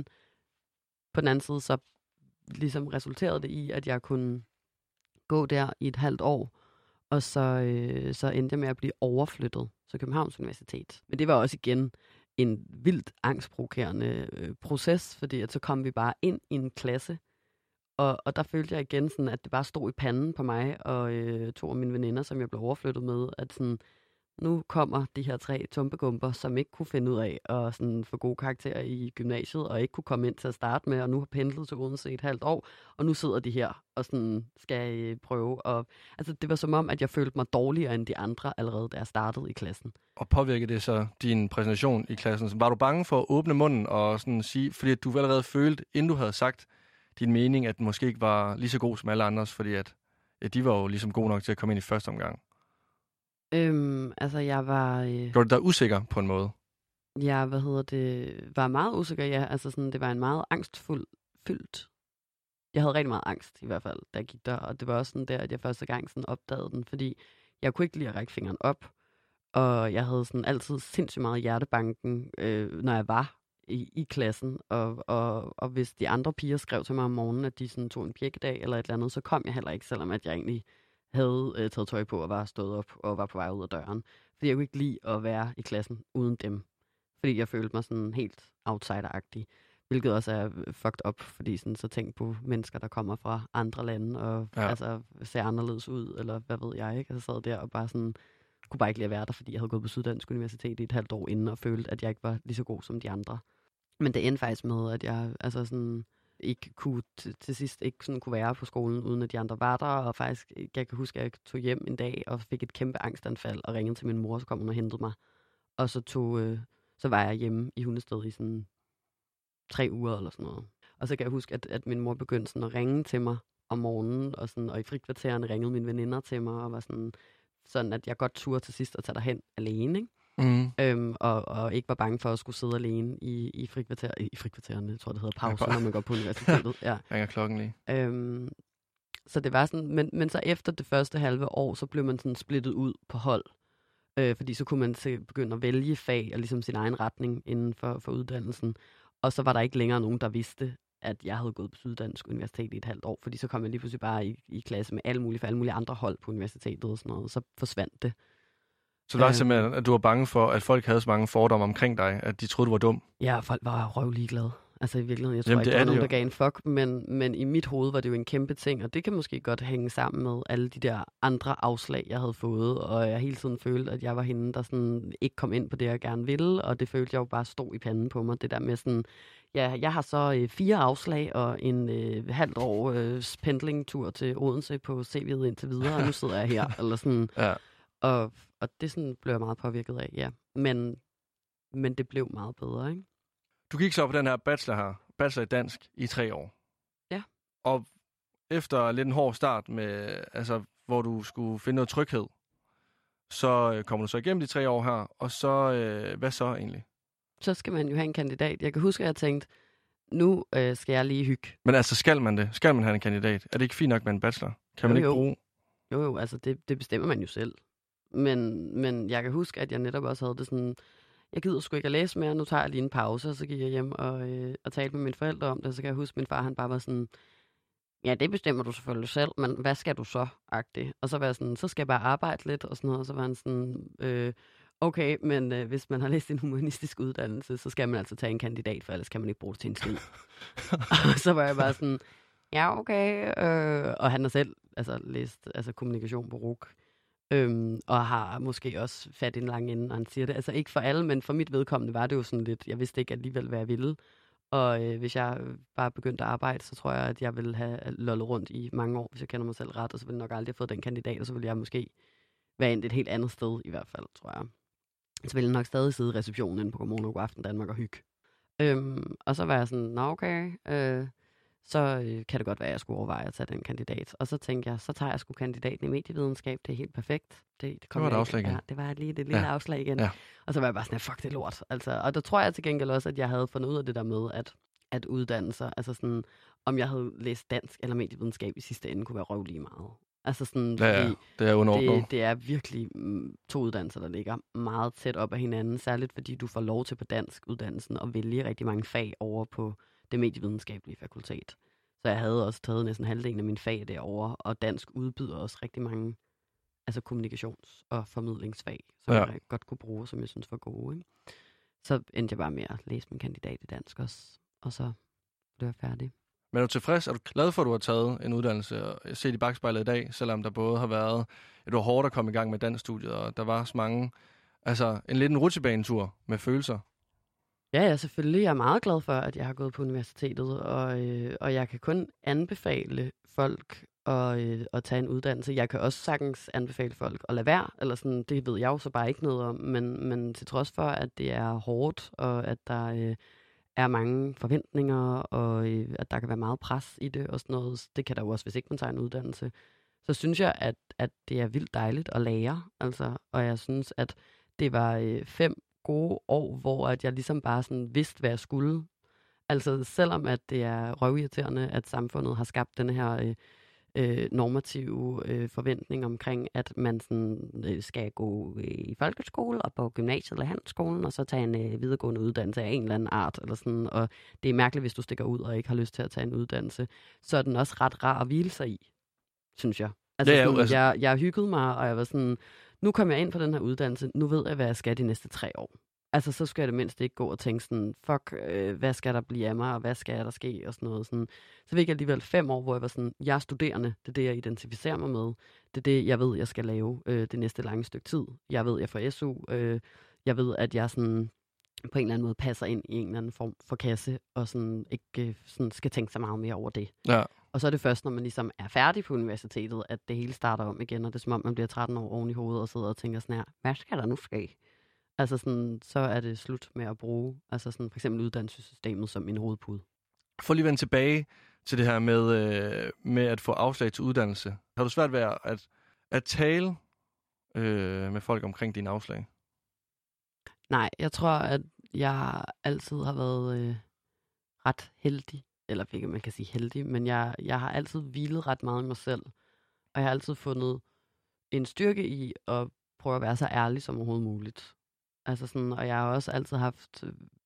på den anden side, så ligesom resulterede det i, at jeg kunne gå der i et halvt år. Og så, øh, så endte jeg med at blive overflyttet til Københavns Universitet. Men det var også igen en vildt angstprovokerende øh, proces, fordi at så kom vi bare ind i en klasse, og, og der følte jeg igen, sådan, at det bare stod i panden på mig og øh, to af mine veninder, som jeg blev overflyttet med, at sådan, nu kommer de her tre tumpegumper, som ikke kunne finde ud af at sådan, få gode karakterer i gymnasiet, og ikke kunne komme ind til at starte med, og nu har pendlet til Odense i et halvt år, og nu sidder de her og sådan, skal prøve. Og, altså, det var som om, at jeg følte mig dårligere end de andre, allerede da jeg startede i klassen. Og påvirkede det så din præsentation i klassen? Var du bange for at åbne munden og sådan sige, fordi at du allerede følte, inden du havde sagt din mening, at den måske ikke var lige så god som alle andres, fordi at, at de var jo ligesom gode nok til at komme ind i første omgang? Øhm, altså, jeg var... Øh... Gjorde du dig usikker på en måde? Jeg, hvad hedder det, var meget usikker, ja. Altså, sådan, det var en meget angstfuld fyldt. Jeg havde rigtig meget angst, i hvert fald, da jeg gik der. Og det var også sådan der, at jeg første gang sådan opdagede den, fordi jeg kunne ikke lide at række fingeren op. Og jeg havde sådan altid sindssygt meget hjertebanken, øh, når jeg var i, i klassen. Og, og, og hvis de andre piger skrev til mig om morgenen, at de sådan tog en pjekkedag eller et eller andet, så kom jeg heller ikke, selvom at jeg egentlig havde øh, taget tøj på og var stået op og var på vej ud af døren. Fordi jeg kunne ikke lide at være i klassen uden dem. Fordi jeg følte mig sådan helt outsider-agtig. Hvilket også er fucked up, fordi sådan, så tænk på mennesker, der kommer fra andre lande og ja. altså, ser anderledes ud, eller hvad ved jeg, ikke? Altså, jeg sad der og bare sådan, kunne bare ikke lide at være der, fordi jeg havde gået på Syddansk Universitet i et halvt år inden, og følte, at jeg ikke var lige så god som de andre. Men det endte faktisk med, at jeg altså sådan, ikke kunne t- til sidst ikke sådan kunne være på skolen, uden at de andre var der, og faktisk, jeg kan huske, at jeg tog hjem en dag og fik et kæmpe angstanfald, og ringede til min mor, så kom hun og hentede mig. Og så, tog, øh, så var jeg hjemme i Hundested i sådan tre uger eller sådan noget. Og så kan jeg huske, at, at min mor begyndte sådan at ringe til mig om morgenen, og, sådan, og i frikvartererne ringede mine veninder til mig, og var sådan, sådan at jeg godt turde til sidst at tage derhen alene, ikke? Mm. Øhm, og, og ikke var bange for at skulle sidde alene i, i, frikvarter, i frikvartererne, jeg tror det hedder pause, når man går på universitetet. Ja. Ringer klokken lige. Øhm, så det var sådan, men, men så efter det første halve år, så blev man sådan splittet ud på hold. Øh, fordi så kunne man se, begynde at vælge fag og ligesom sin egen retning inden for, for uddannelsen. Og så var der ikke længere nogen, der vidste, at jeg havde gået på Syddansk Universitet i et halvt år. Fordi så kom jeg lige pludselig bare i, i klasse med alle mulige, for alle mulige andre hold på universitetet og sådan noget. Så forsvandt det. Så det var simpelthen, at du var bange for, at folk havde så mange fordomme omkring dig, at de troede, du var dum? Ja, folk var røvligeglade. Altså i virkeligheden, jeg tror Jamen, ikke, der var nogen, der gav en fuck, men, men i mit hoved var det jo en kæmpe ting, og det kan måske godt hænge sammen med alle de der andre afslag, jeg havde fået, og jeg hele tiden følte, at jeg var hende, der sådan ikke kom ind på det, jeg gerne ville, og det følte jeg jo bare stod i panden på mig. Det der med sådan, ja, jeg har så øh, fire afslag og en øh, halvt år øh, pendlingtur til Odense på C V'et indtil videre, og nu sidder jeg her, eller sådan. Ja. Og, og det sådan blev jeg meget påvirket af, ja. Men, men det blev meget bedre, ikke? Du gik så på den her bachelor her, bachelor i dansk, i tre år. Ja. Og efter lidt en hård start, med, altså, hvor du skulle finde noget tryghed, så øh, kommer du så igennem de tre år her, og så, øh, hvad så egentlig? Så skal man jo have en kandidat. Jeg kan huske, at jeg tænkte, nu øh, skal jeg lige hygge. Men altså, skal man det? Skal man have en kandidat? Er det ikke fint nok med en bachelor? Kan man jo, ikke jo. bruge? Jo, jo, altså det, det bestemmer man jo selv. Men, men jeg kan huske, at jeg netop også havde det sådan, jeg gider sgu ikke at læse mere, nu tager jeg lige en pause, og så gik jeg hjem og, øh, og talte med mine forældre om det, så kan jeg huske, at min far han bare var sådan, ja, det bestemmer du selvfølgelig selv, men hvad skal du så, agtigt? Og så var jeg sådan, så skal jeg bare arbejde lidt, og sådan noget, og så var han sådan, øh, okay, men øh, hvis man har læst en humanistisk uddannelse, så skal man altså tage en kandidat, for ellers kan man ikke bruge det til en skid. Og så var jeg bare sådan, ja, okay, øh, og han har selv altså, læst altså, kommunikation på R U C, Øhm, og har måske også fat i en lang ende, og han siger det. Altså ikke for alle, men for mit vedkommende var det jo sådan lidt, jeg vidste ikke alligevel, hvad jeg ville. Og øh, hvis jeg bare begyndte at arbejde, så tror jeg, at jeg ville have lollet rundt i mange år, hvis jeg kender mig selv ret, og så ville jeg nok aldrig have fået den kandidat, og så ville jeg måske være endt et helt andet sted i hvert fald, tror jeg. Så ville jeg nok stadig sidde i receptionen inde på Godmorgen og Godaften Danmark og hygge. Øhm, og så var jeg sådan, nå okay, øh, så øh, kan det godt være, at jeg skulle overveje at tage den kandidat. Og så tænkte jeg, så tager jeg sgu kandidaten i medievidenskab, det er helt perfekt. Det, det, kom det var et afslag igen. Ja, det var lige det lille ja. afslag igen. Ja. Og så var jeg bare sådan, fuck det lort. Altså, og der tror jeg til gengæld også, at jeg havde fundet ud af det der med, at, at uddannelser, altså sådan, om jeg havde læst dansk eller medievidenskab i sidste ende, kunne være røvlige meget. Altså sådan, ja, ja. Det er underordnet. Det, det er virkelig mm, to uddannelser, der ligger meget tæt op ad hinanden, særligt fordi du får lov til på dansk uddannelsen at vælge rigtig mange fag over på det medievidenskabelige fakultet. Så jeg havde også taget næsten halvdelen af mine fag derovre, og dansk udbyder også rigtig mange altså kommunikations- og formidlingsfag, som ja. jeg godt kunne bruge, som jeg synes var gode. Ikke? Så endte jeg bare med at læse min kandidat i dansk også, og så blev jeg færdig. Men er du tilfreds? Er du glad for, at du har taget en uddannelse og set i bagspejlet i dag, selvom der både har været, at du var hårdt at komme i gang med danskstudiet, og der var så mange, altså en lidt en rutsjebanetur med følelser? Ja, ja, selvfølgelig. Jeg er meget glad for, at jeg har gået på universitetet, og, øh, og jeg kan kun anbefale folk at, øh, at tage en uddannelse. Jeg kan også sagtens anbefale folk at lade være, eller sådan, det ved jeg jo så bare ikke noget om, men, men til trods for, at det er hårdt, og at der øh, er mange forventninger, og øh, at der kan være meget pres i det og sådan noget, det kan der jo også, hvis ikke man tager en uddannelse, så synes jeg, at, at det er vildt dejligt at lære, altså, og jeg synes, at det var øh, fem gode år, hvor at jeg ligesom bare sådan vidste, hvad jeg skulle. Altså selvom at det er røvirriterende, at samfundet har skabt den her øh, øh, normative øh, forventning omkring, at man sådan, øh, skal gå øh, i folkeskole og på gymnasiet eller handelsskolen, og så tage en øh, videregående uddannelse af en eller anden art. Eller sådan. Og det er mærkeligt, hvis du stikker ud og ikke har lyst til at tage en uddannelse. Så er den også ret rar at hvile sig i, synes jeg. Altså, ja, sådan, altså... jeg, jeg hyggede mig, og jeg var sådan, nu kommer jeg ind på den her uddannelse, nu ved jeg, hvad jeg skal de næste tre år. Altså, så skal jeg det mindst ikke gå og tænke sådan, fuck, øh, hvad skal der blive af mig, og hvad skal der ske, og sådan noget. Sådan. Så fik jeg alligevel fem år, hvor jeg var sådan, jeg er studerende, det er det, jeg identificerer mig med. Det er det, jeg ved, jeg skal lave øh, det næste lange stykke tid. Jeg ved, jeg får S U. Øh, jeg ved, at jeg sådan på en eller anden måde passer ind i en eller anden form for kasse, og sådan ikke øh, sådan skal tænke så meget mere over det. Ja. Og så er det først, når man ligesom er færdig på universitetet, at det hele starter om igen, og det er som om, man bliver tretten år oven i hovedet og sidder og tænker sådan her, hvad skal der nu ske? Altså sådan, så er det slut med at bruge, altså sådan for eksempel uddannelsessystemet som en hovedpude. For lige at vende tilbage til det her med, øh, med at få afslag til uddannelse. Har du svært ved at, at tale øh, med folk omkring din afslag? Nej, jeg tror, at jeg altid har været øh, ret heldig. Eller ikke, man kan sige heldig, men jeg, jeg har altid hvilet ret meget i mig selv. Og jeg har altid fundet en styrke i at prøve at være så ærlig som overhovedet muligt. Altså sådan, og jeg har også altid haft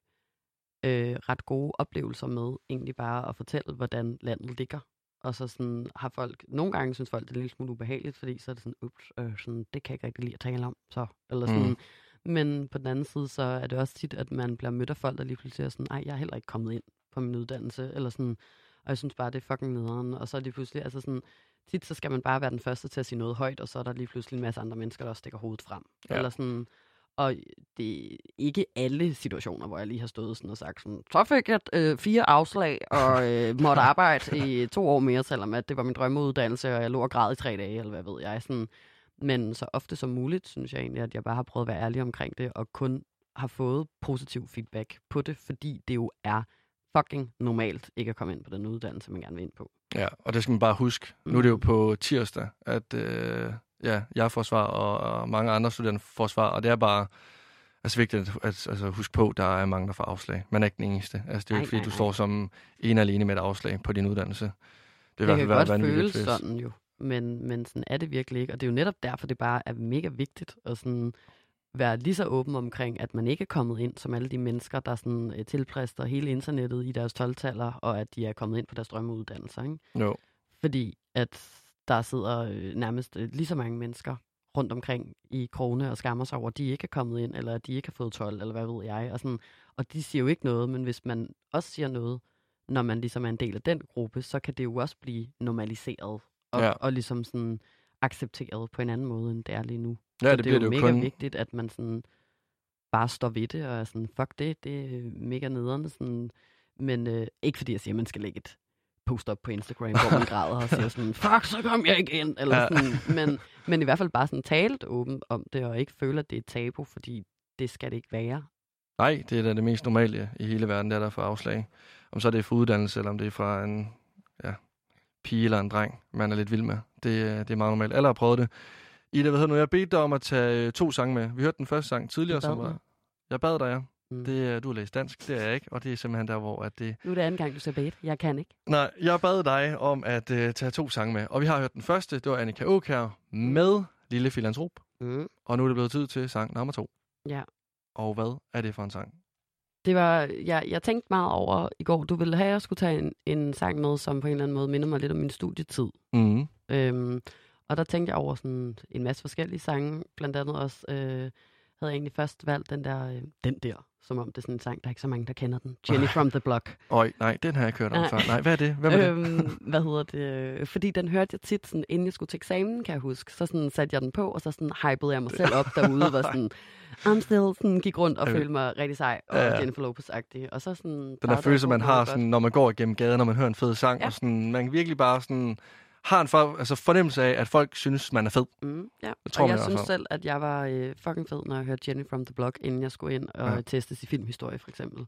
øh, ret gode oplevelser med egentlig bare at fortælle, hvordan landet ligger. Og så sådan har folk, nogle gange synes folk, det er en lille smule ubehageligt, fordi så er det sådan, ups, øh, sådan, det kan jeg ikke rigtig lide at tale om. Så, eller sådan. Mm. Men på den anden side, så er det også tit, at man bliver mødt af folk, der lige pludselig er sådan, ej, jeg er heller ikke kommet ind på min uddannelse, eller sådan, og jeg synes bare, det er fucking nederen. Og så er det pludselig, altså sådan, tit så skal man bare være den første til at sige noget højt, og så er der lige pludselig en masse andre mennesker, der også stikker hovedet frem. Ja. Eller sådan, og det er ikke alle situationer, hvor jeg lige har stået sådan og sagt sådan, så fik jeg øh, fire afslag, og øh, måtte arbejde i to år mere, selvom at det var min drømmeuddannelse, og jeg lå og græd i tre dage, eller hvad ved jeg. Sådan. Men så ofte som muligt, synes jeg egentlig, at jeg bare har prøvet at være ærlig omkring det, og kun har fået positiv feedback på det, fordi det jo er fucking normalt ikke at komme ind på den uddannelse, man gerne vil ind på. Ja, og det skal man bare huske. Mm. Nu er det jo på tirsdag, at øh, ja, jeg får svar, og, og mange andre studerende får svar, og det er bare altså vigtigt at, at altså, huske på, at der er mange, der får afslag. Man er ikke den eneste. Altså, det er jo ikke, fordi du står som en alene med et afslag på din uddannelse. Det, det kan godt føles sådan jo, men, men sådan er det virkelig ikke. Og det er jo netop derfor, det bare er mega vigtigt at sådan være lige så åben omkring, at man ikke er kommet ind som alle de mennesker, der sådan uh, tilpræster hele internettet i deres tolv-taller, og at de er kommet ind på deres drømmeuddannelser. Ikke? No. Fordi at der sidder øh, nærmest øh, lige så mange mennesker rundt omkring i krogene og skammer sig over, at de ikke er kommet ind, eller at de ikke har fået tolv, eller hvad ved jeg. Og, sådan, og de siger jo ikke noget, men hvis man også siger noget, når man ligesom er en del af den gruppe, så kan det jo også blive normaliseret og, ja. og ligesom sådan accepteret på en anden måde, end det er lige nu. Ja, så det, det er jo det mega kun... vigtigt, at man sådan bare står ved det, og er sådan, fuck det, det er mega nederne. Sådan. Men øh, ikke fordi jeg siger, at man skal lægge et post op på Instagram, hvor man græder og siger sådan, fuck, så kom jeg ikke ind. Eller ja. sådan. Men, men i hvert fald bare sådan talt åbent om det, og ikke føle, at det er et tabu, fordi det skal det ikke være. Nej, det er da det mest normale i hele verden, det er der for afslag. Om så er det for uddannelse, eller om det er fra en ja, pige eller en dreng, man er lidt vild med. Det, det er meget normalt. Alle har prøvet det. Ida, hvad hedder nu? Jeg bedte dig om at tage to sange med. Vi hørte den første sang tidligere, som var... Jeg bad dig, ja. Mm. Det, du har læst dansk, det er jeg ikke, og det er simpelthen der, hvor at det... Nu er det anden gang, du ser bed. Jeg kan ikke. Nej, jeg bad dig om at uh, tage to sange med, og vi har hørt den første, det var Annika Aakjær med Lille Filantrop, mm. og nu er det blevet tid til sang nummer to. Ja. Og hvad er det for en sang? Det var, jeg, jeg tænkte meget over i går, du ville have, at jeg skulle tage en, en sang med, som på en eller anden måde minder mig lidt om min studietid. Mm. Øhm, og der tænkte jeg over sådan en masse forskellige sange, blandt andet også... Øh, havde jeg egentlig først valgt den der, øh, den der, som om det er sådan en sang, der er ikke så mange, der kender den. Jenny from the Block. Øj, nej, den har jeg kørt om nej. før. Nej, hvad er det? Hvad er øhm, det? Hvad hedder det? Fordi den hørte jeg tit, sådan, inden jeg skulle til eksamen, kan jeg huske. Så sådan, satte jeg den på, og så sådan, hypede jeg mig selv op derude, var sådan, I'm still, sådan, gik rundt og øh. følte mig rigtig sej, og ja. Jennifer Lopez-agtig. Og så sådan... Den der følelse, man har, sådan, når man går igennem gaden, når man hører en fed sang, ja. og sådan, man kan virkelig bare sådan... har en for, altså fornemmelse af, at folk synes, man er fed. Mm, ja. Det tror og man jeg synes selv, at jeg var øh, fucking fed, når jeg hørte Jenny from the Block, inden jeg skulle ind og ja. testes i filmhistorie, for eksempel.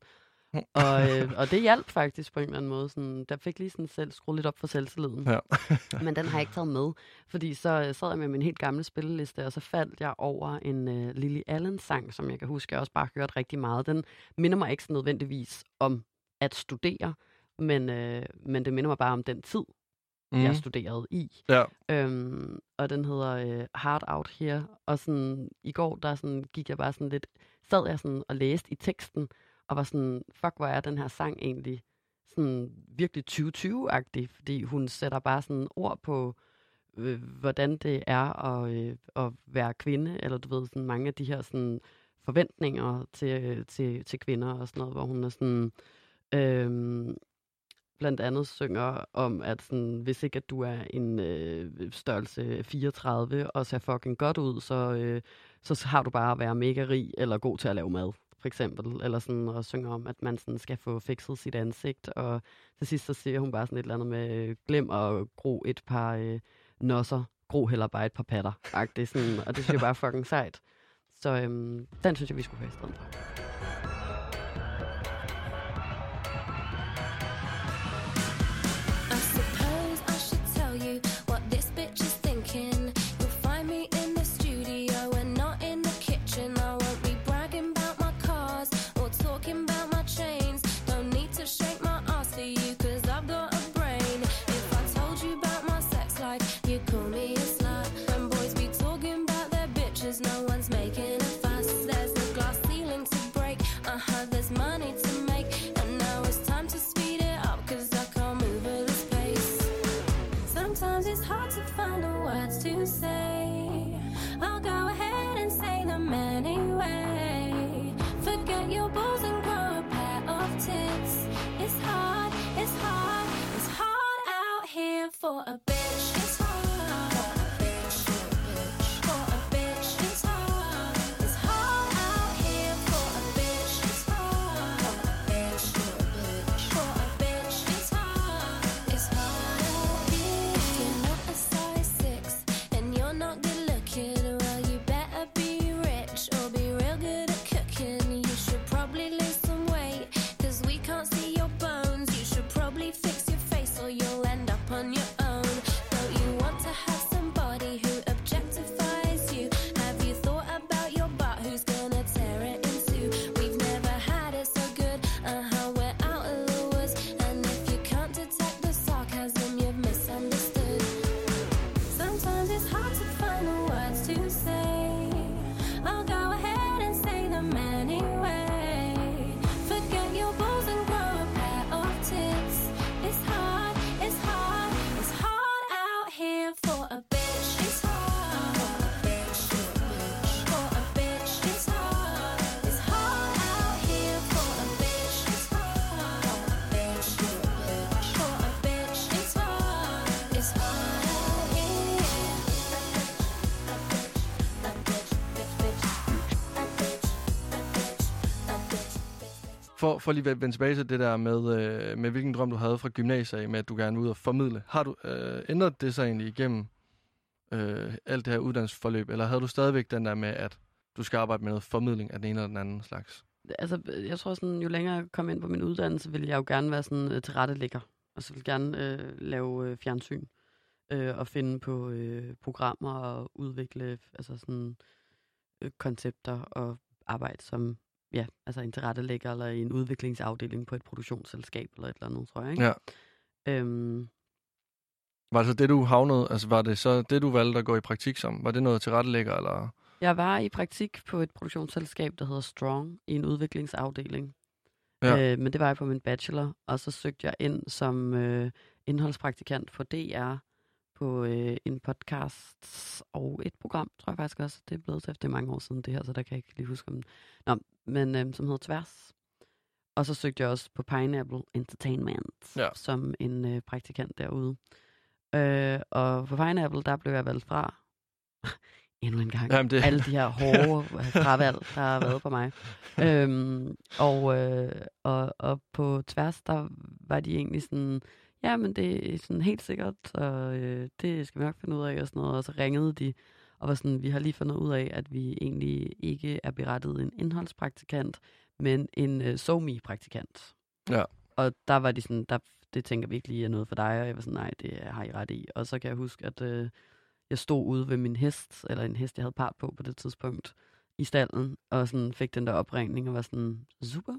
og, øh, og det hjalp faktisk på en eller anden måde. Sådan, der fik lige sådan selv skruet lidt op for selvtilliden. Ja. Men den har jeg ikke taget med, fordi så øh, sad jeg med min helt gamle spilleliste, og så faldt jeg over en øh, Lily Allen-sang, som jeg kan huske, jeg også bare hørt rigtig meget. Den minder mig ikke så nødvendigvis om at studere, men, øh, men det minder mig bare om den tid, mm. jeg studerede i. Ja. Øhm, og den hedder øh, Hard Out Here. Og sådan, i går, der sådan, gik jeg bare sådan lidt, sad jeg sådan og læste i teksten, og var sådan, fuck, hvor er den her sang egentlig sådan virkelig tyve tyve-agtig, fordi hun sætter bare sådan ord på, øh, hvordan det er at, øh, at være kvinde, eller du ved, sådan mange af de her sådan forventninger til, til, til kvinder og sådan noget, hvor hun er sådan... Øhm, blandt andet synger om, at sådan, hvis ikke at du er en øh, størrelse fireogtredive og ser fucking godt ud, så, øh, så har du bare at være mega rig eller god til at lave mad, for eksempel. Eller sådan, og synger om, at man sådan skal få fikset sit ansigt. Og til sidst så siger hun bare sådan et eller andet med, glem at gro et par øh, nosser, gro heller bare et par patter. Sådan, og det synes jeg bare er fucking sejt. Så øhm, den synes jeg, vi skulle høre i stedet for. For, for lige at vende tilbage til det der med, øh, med hvilken drøm du havde fra gymnasiet, med at du gerne vil ud og formidle. Har du øh, ændret det så egentlig igennem øh, alt det her uddannelsesforløb, eller havde du stadigvæk den der med, at du skal arbejde med noget formidling af den ene eller den anden slags? Altså, jeg tror sådan, jo længere jeg kom ind på min uddannelse, ville jeg jo gerne være sådan øh, tilrettelægger. Altså, ville gerne øh, lave øh, fjernsyn øh, og finde på øh, programmer og udvikle altså sådan øh, koncepter og arbejde som ja, altså en tilrettelægger eller i en udviklingsafdeling på et produktionsselskab eller et eller andet, tror jeg, ikke? Ja. Øhm, var det så det, du havnede, altså var det så det, du valgte at gå i praktik som? Var det noget tilrettelægger, eller? Jeg var i praktik på et produktionsselskab, der hedder Strong, i en udviklingsafdeling. Ja. Øh, men det var jeg på min bachelor, og så søgte jeg ind som øh, indholdspraktikant på D R, på øh, en podcast og et program, tror jeg faktisk også. Det er blevet til efter mange år siden det her, så der kan jeg ikke lige huske om. Nå, men øh, som hedder Tværs. Og så søgte jeg også på Pineapple Entertainment, ja. som en øh, praktikant derude. Øh, og på Pineapple, der blev jeg valgt fra. Endnu en gang. Jamen, det... Alle de her hårde fravalg, der har været på mig. øhm, og, øh, og, og på Tværs, der var de egentlig sådan, ja, men det er sådan helt sikkert, og øh, det skal vi nok finde ud af, og sådan noget. Og så ringede de, og var sådan, vi har lige fundet ud af, at vi egentlig ikke er berettiget en indholdspraktikant, men en øh, SoMe-praktikant. Ja. Og der var de sådan, der, det tænker vi ikke lige er noget for dig, og jeg var sådan, nej, det har I ret i. Og så kan jeg huske, at øh, jeg stod ude ved min hest, eller en hest, jeg havde part på på det tidspunkt, i stallen, og sådan fik den der opringning, og var sådan, super,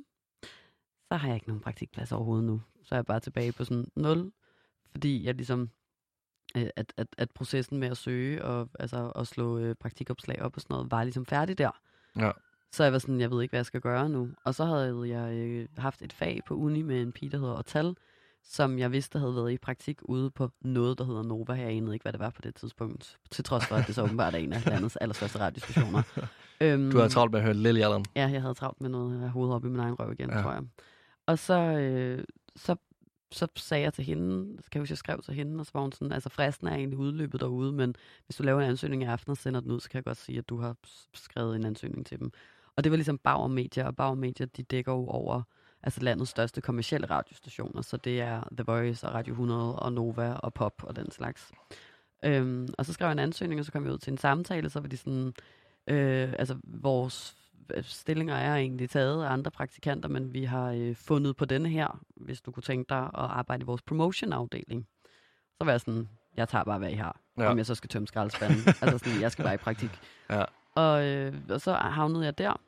så har jeg ikke nogen praktikplads overhovedet nu. Så er jeg bare tilbage på sådan nul, fordi jeg ligesom, øh, at, at, at processen med at søge, og altså at slå øh, praktikopslag op og sådan noget, var ligesom færdig der. Ja. Så jeg var sådan, jeg ved ikke, hvad jeg skal gøre nu. Og så havde jeg øh, haft et fag på uni med en pige, der hedder Ortal, som jeg vidste havde været i praktik ude på noget, der hedder Nova. Jeg anede ikke, hvad det var på det tidspunkt. Til trods for, at det så åbenbart er en af landets allerstørste radiostationer. Øhm, Du havde travlt med at høre Lily Allen. Ja, jeg havde travlt med noget af hovedet op i min egen røv igen, Ja. tror jeg. Og så, øh, så, så sagde jeg til hende, så kan jeg huske, jeg skrev til hende, og så var hun sådan, altså fristen er egentlig udløbet derude, men hvis du laver en ansøgning i aften og sender den ud, så kan jeg godt sige, at du har skrevet en ansøgning til dem. Og det var ligesom Bauer Media, og Bauer Media, de dækker jo over altså landets største kommercielle radiostationer, så det er The Voice og Radio hundrede og Nova og Pop og den slags. Øhm, og så skrev jeg en ansøgning, og så kom jeg ud til en samtale, så var de sådan, øh, altså vores stillinger er egentlig taget af andre praktikanter, men vi har øh, fundet på denne her, hvis du kunne tænke dig at arbejde i vores promotion-afdeling. Så var jeg sådan, jeg tager bare, hvad I har, ja. Om jeg så skal tømme skraldespanden. Altså sådan, jeg skal bare i praktik. Ja. Og, øh, og så havnede jeg der,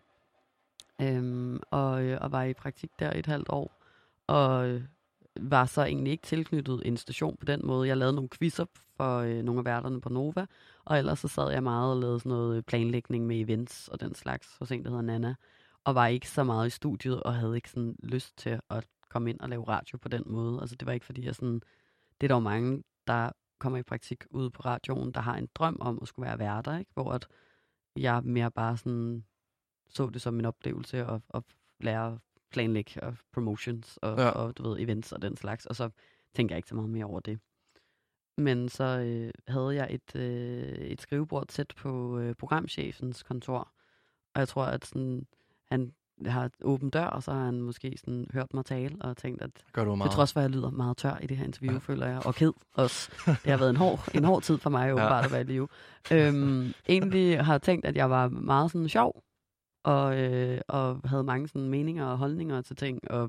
øhm, og, øh, og var i praktik der et halvt år, og øh, var så egentlig ikke tilknyttet en station på den måde. Jeg lavede nogle quizzer for øh, nogle af værterne på Nova, og ellers så sad jeg meget og lavede sådan noget planlægning med events og den slags, hos en, der hedder Nana, og var ikke så meget i studiet, og havde ikke sådan lyst til at komme ind og lave radio på den måde. Altså det var ikke fordi, jeg sådan, det er der jo mange, der kommer i praktik ude på radioen, der har en drøm om at skulle være værter, ikke? Hvor at jeg mere bare sådan så det som en oplevelse at, at lære planlægge og promotions og, ja. og du ved, events og den slags, og så tænker jeg ikke så meget mere over det. Men så øh, havde jeg et, øh, et skrivebord tæt på øh, programchefens kontor, og jeg tror, at sådan, han har åbent dør, og så har han måske sådan hørt mig tale, og tænkt, at det trods for, at jeg lyder meget tør i det her interview, ja. føler jeg, og ked også. Det har været en hård, en hård tid for mig, åbenbart, ja. at være i live. Øhm, egentlig har jeg tænkt, at jeg var meget sådan sjov, og, øh, og havde mange sådan meninger og holdninger til ting, og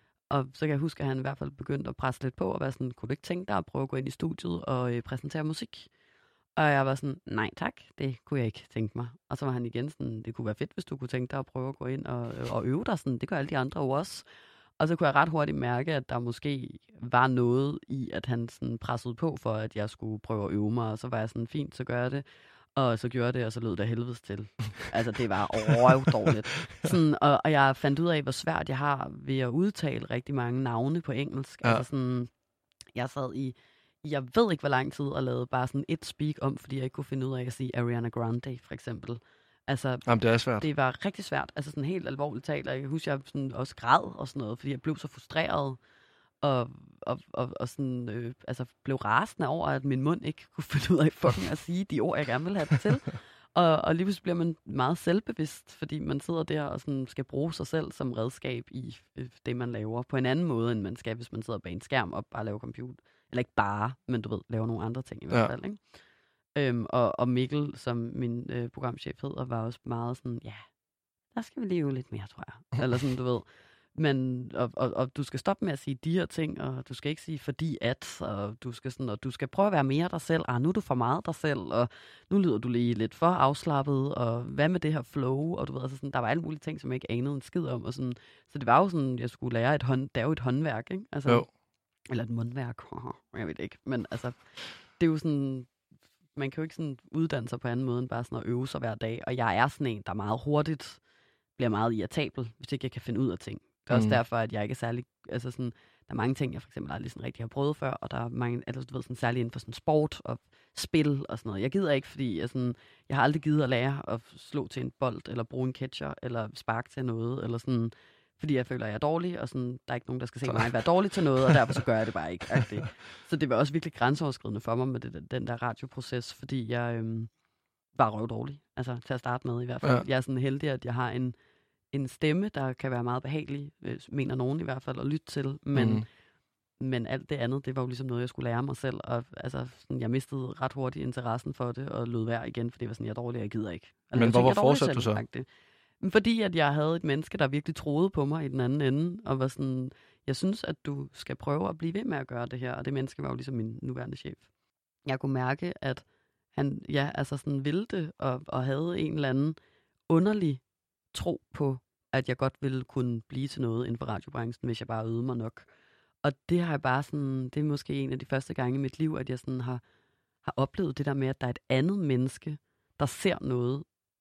Og så kan jeg huske, at han i hvert fald begyndte at presse lidt på, og være sådan, kunne du ikke tænke dig at prøve at gå ind i studiet og øh, præsentere musik? Og jeg var sådan, nej tak, det kunne jeg ikke tænke mig. Og så var han igen sådan, det kunne være fedt, hvis du kunne tænke dig at prøve at gå ind og, og øve dig sådan, det gør alle de andre jo også. Og så kunne jeg ret hurtigt mærke, at der måske var noget i, at han sådan pressede på for, at jeg skulle prøve at øve mig, og så var jeg sådan, fint, så gør jeg det. Og så gjorde jeg det, og så lød det helvedes til. Altså, det var røvdårligt. Sådan, og, og jeg fandt ud af, hvor svært jeg har ved at udtale rigtig mange navne på engelsk. Ja. Altså sådan, jeg sad i, jeg ved ikke, hvor lang tid, og lavede bare sådan et speak om, fordi jeg ikke kunne finde ud af at sige Ariana Grande, for eksempel. Altså, Jamen, det er svært. Det var rigtig svært. Altså sådan helt alvorligt talt. Og jeg kan huske, jeg sådan også græd og sådan noget, fordi jeg blev så frustreret. Og, og, og, og sådan, øh, altså blev rasende over, at min mund ikke kunne finde ud af fucking at sige de ord, jeg gerne ville have det til. Og, og lige pludselig bliver man meget selvbevidst, fordi man sidder der og sådan skal bruge sig selv som redskab i øh, det, man laver, på en anden måde, end man skal, hvis man sidder bag en skærm og bare laver computer. Eller ikke bare, men du ved, laver nogle andre ting i hvert ja. fald, ikke? Øhm, og, og Mikkel, som min øh, programchef hedder, var også meget sådan, ja, der skal vi leve lidt mere, tror jeg. Eller sådan, du ved. Men, og, og, og du skal stoppe med at sige de her ting, og du skal ikke sige fordi at, og du skal, sådan, og du skal prøve at være mere dig selv. Ah, nu er du for meget dig selv, og nu lyder du lige lidt for afslappet, og hvad med det her flow? Og du ved, altså sådan, der var alle mulige ting, som jeg ikke anede en skid om. Og sådan, så det var jo sådan, jeg skulle lære et hånd, det er jo et håndværk, ikke? Altså, jo. Eller et mundværk, jeg ved det ikke. Men altså, det er jo sådan, man kan jo ikke sådan uddanne sig på anden måde, end bare sådan at øve sig hver dag. Og jeg er sådan en, der meget hurtigt bliver meget irritabel, hvis ikke jeg kan finde ud af ting. Det er også mm. derfor, at jeg ikke er særlig, altså sådan, der er mange ting, jeg for eksempel aldrig sådan rigtig har prøvet før, og der er mange, altså du ved, sådan særligt inden for sådan sport og spil og sådan noget. Jeg gider ikke, fordi jeg sådan, jeg har aldrig givet at lære at slå til en bold, eller bruge en catcher, eller sparke til noget, eller sådan, fordi jeg føler, at jeg er dårlig, og sådan, der er ikke nogen, der skal se mig være dårlig til noget, og derfor så gør jeg det bare ikke. Det. Så det var også virkelig grænseoverskridende for mig med det, den der radioproces, fordi jeg øhm, var røvdårlig, altså til at starte med i hvert fald. Ja. Jeg er sådan heldig, at jeg har en en stemme, der kan være meget behagelig, mener nogen i hvert fald, at lytte til, men, mm. men alt det andet, det var jo ligesom noget, jeg skulle lære mig selv, og altså, sådan, jeg mistede ret hurtigt interessen for det, og lød værd igen, for det var sådan, jeg er dårlig, jeg gider ikke. Altså, men hvorfor fortsatte du så? Faktisk. Fordi at jeg havde et menneske, der virkelig troede på mig i den anden ende, og var sådan, jeg synes, at du skal prøve at blive ved med at gøre det her, og det menneske var jo ligesom min nuværende chef. Jeg kunne mærke, at han, ja, altså sådan ville det, og, og havde en eller anden underlig tro på, at jeg godt ville kunne blive til noget inden for radiobranchen, hvis jeg bare øvede mig nok. Og det har jeg bare sådan, det er måske en af de første gange i mit liv, at jeg sådan har, har oplevet det der med, at der er et andet menneske, der ser noget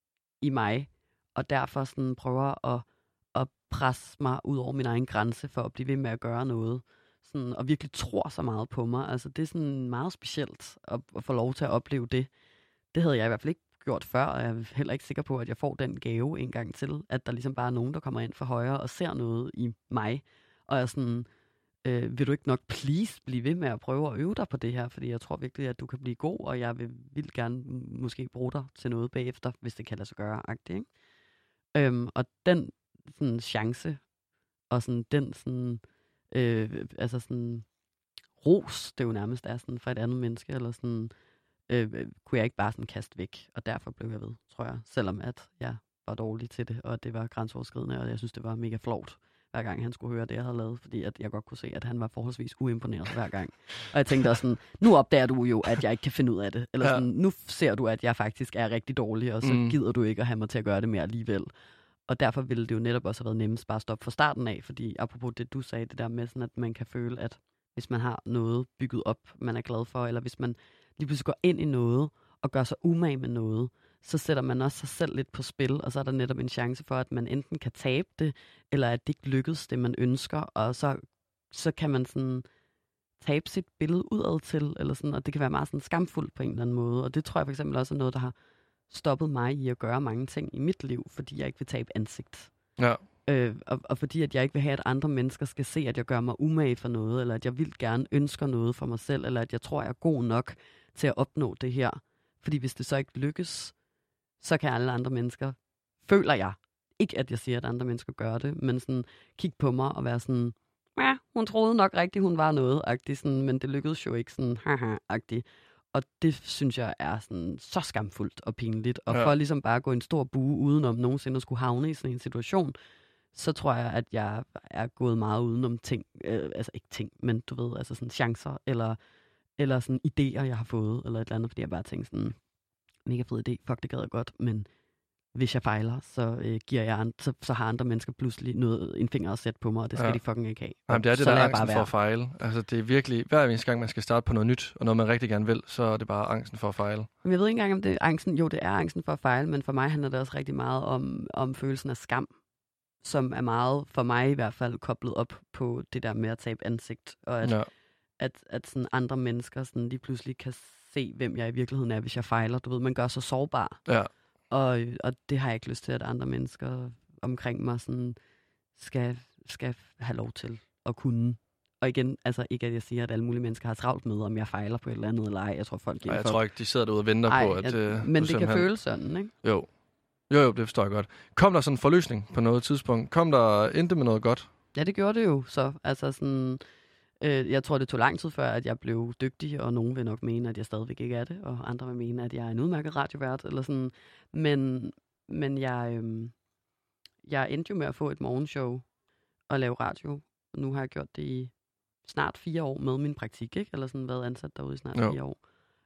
i mig, og derfor sådan prøver at, at presse mig ud over min egen grænse for at blive ved med at gøre noget. Sådan, og virkelig tror så meget på mig. Altså det er sådan meget specielt at, at få lov til at opleve det. Det havde jeg i hvert fald ikke gjort før, og jeg er heller ikke sikker på, at jeg får den gave en gang til, at der ligesom bare er nogen, der kommer ind fra højre og ser noget i mig, og er sådan, øh, vil du ikke nok please blive ved med at prøve at øve dig på det her, fordi jeg tror virkelig, at du kan blive god, og jeg vil vildt gerne måske bruge dig til noget bagefter, hvis det kan lade sig gøre, agtigt, ikke? Øhm, og den sådan, chance, og sådan, den sådan, øh, altså sådan, ros, det jo nærmest er sådan, fra et andet menneske, eller sådan, øh, kunne jeg ikke bare sådan kaste væk, og derfor blev jeg ved, tror jeg, selvom at jeg var dårlig til det, og det var grænseoverskridende, og jeg synes, det var mega flovt, hver gang han skulle høre det, jeg havde lavet, fordi at jeg godt kunne se, at han var forholdsvis uimponeret hver gang. Og jeg tænkte også sådan, nu opdager du jo, at jeg ikke kan finde ud af det, eller sådan, ja. Nu ser du, at jeg faktisk er rigtig dårlig, og så mm. gider du ikke at have mig til at gøre det mere alligevel. Og derfor ville det jo netop også have været nemmest bare at stoppe fra starten af, fordi apropos det, du sagde, det der med sådan, at man kan føle, at hvis man har noget bygget op, man er glad for, eller hvis man lige pludselig går ind i noget, og gør sig umage med noget, så sætter man også sig selv lidt på spil, og så er der netop en chance for, at man enten kan tabe det, eller at det ikke lykkes, det man ønsker, og så, så kan man sådan tabe sit billede udad til, eller sådan, og det kan være meget sådan skamfuldt på en eller anden måde, og det tror jeg for eksempel også er noget, der har stoppet mig i at gøre mange ting i mit liv, fordi jeg ikke vil tabe ansigt. Ja. Øh, og, og fordi at jeg ikke vil have, at andre mennesker skal se, at jeg gør mig umage for noget, eller at jeg vil gerne ønsker noget for mig selv, eller at jeg tror, jeg er god nok til at opnå det her. Fordi hvis det så ikke lykkes, så kan alle andre mennesker, føler jeg, ikke at jeg siger, at andre mennesker gør det, men sådan kigge på mig og være sådan, ja, hun troede nok rigtigt, hun var noget-agtig, sådan, men det lykkedes jo ikke sådan, haha-agtig. Og det synes jeg er sådan så skamfuldt og pinligt. Og ja. For ligesom bare at gå en stor bue udenom nogensinde at skulle havne i sådan en situation, så tror jeg, at jeg er gået meget udenom ting, øh, altså ikke ting, men du ved, altså sådan chancer, eller, eller sådan idéer, jeg har fået, eller et eller andet, fordi jeg bare tænker sådan, mega fed idé, fuck, det gad jeg godt, men hvis jeg fejler, så øh, giver jeg and- så, så har andre mennesker pludselig noget, en finger at sætte på mig, og det skal ja. de fucking ikke have. Jamen, det er det, der er angsten for at fejle. Altså, det er virkelig, hver eneste gang, man skal starte på noget nyt, og noget, man rigtig gerne vil, så er det bare angsten for at fejle. Men jeg ved ikke engang, om det er angsten, jo, det er angsten for at fejle, men for mig handler det også rigtig meget om, om følelsen af skam, som er meget, for mig i hvert fald, koblet op på det der med at tabe ansigt, og at, ja. at, at sådan andre mennesker sådan lige pludselig kan se, hvem jeg i virkeligheden er, hvis jeg fejler. Du ved, man gør sig sårbar. Ja. Og, og det har jeg ikke lyst til, at andre mennesker omkring mig sådan skal, skal have lov til at kunne. Og igen, altså ikke at jeg siger, at alle mulige mennesker har travlt med, om jeg fejler på et eller andet eller ej. Jeg tror, folk... Ej, jeg for... tror ikke, de sidder derude og venter ej, på, at... Jeg, øh, men det simpelthen... kan føles sådan, ikke? Jo. Jo, jo, det forstår jeg godt. Kom der sådan en forløsning på noget tidspunkt? Kom der endte med noget godt? Ja, det gjorde det jo så. Altså sådan... Øh, jeg tror, det tog lang tid før, at jeg blev dygtig, og nogen vil nok mene, at jeg stadigvæk ikke er det, og andre vil mene, at jeg er en udmærket radiovært, eller sådan. Men, men jeg, øh, jeg endte jo med at få et morgenshow og lave radio. Nu har jeg gjort det i snart fire år med min praktik, ikke? Eller sådan været ansat derude i snart jo. fire år.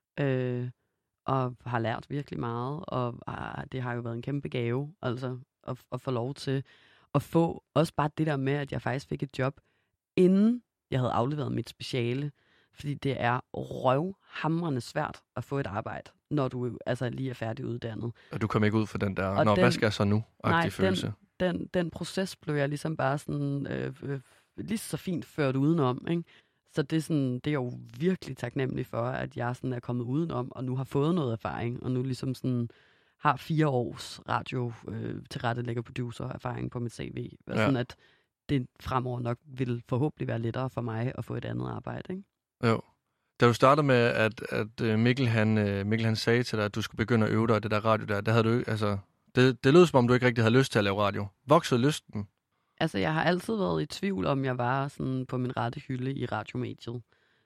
Øh, og har lært virkelig meget, og ah, det har jo været en kæmpe gave, altså at, at få lov til at få også bare det der med, at jeg faktisk fik et job, inden jeg havde afleveret mit speciale, fordi det er røvhamrende svært at få et arbejde, når du altså lige er færdiguddannet. Og du kom ikke ud for den der, nå, den, hvad skal jeg så nu? Nej, følelse. Den, den, den proces blev jeg ligesom bare sådan, øh, øh, lige så fint ført udenom, ikke? Så det er, sådan, det er jo virkelig taknemmelig for, at jeg sådan er kommet udenom, og nu har fået noget erfaring, og nu ligesom sådan har fire års radio øh, tilrettelægger producer erfaring på mit C V. Ja. Sådan at det fremover nok vil forhåbentlig være lettere for mig at få et andet arbejde, ikke? Jo. Da du startede med, at, at Mikkel, han, Mikkel han sagde til dig, at du skulle begynde at øve dig i det der radio der, der havde du altså, det, det lød som om, du ikke rigtig havde lyst til at lave radio. Voksede lysten? Altså, jeg har altid været i tvivl, om jeg var sådan på min rette hylde i radiomediet.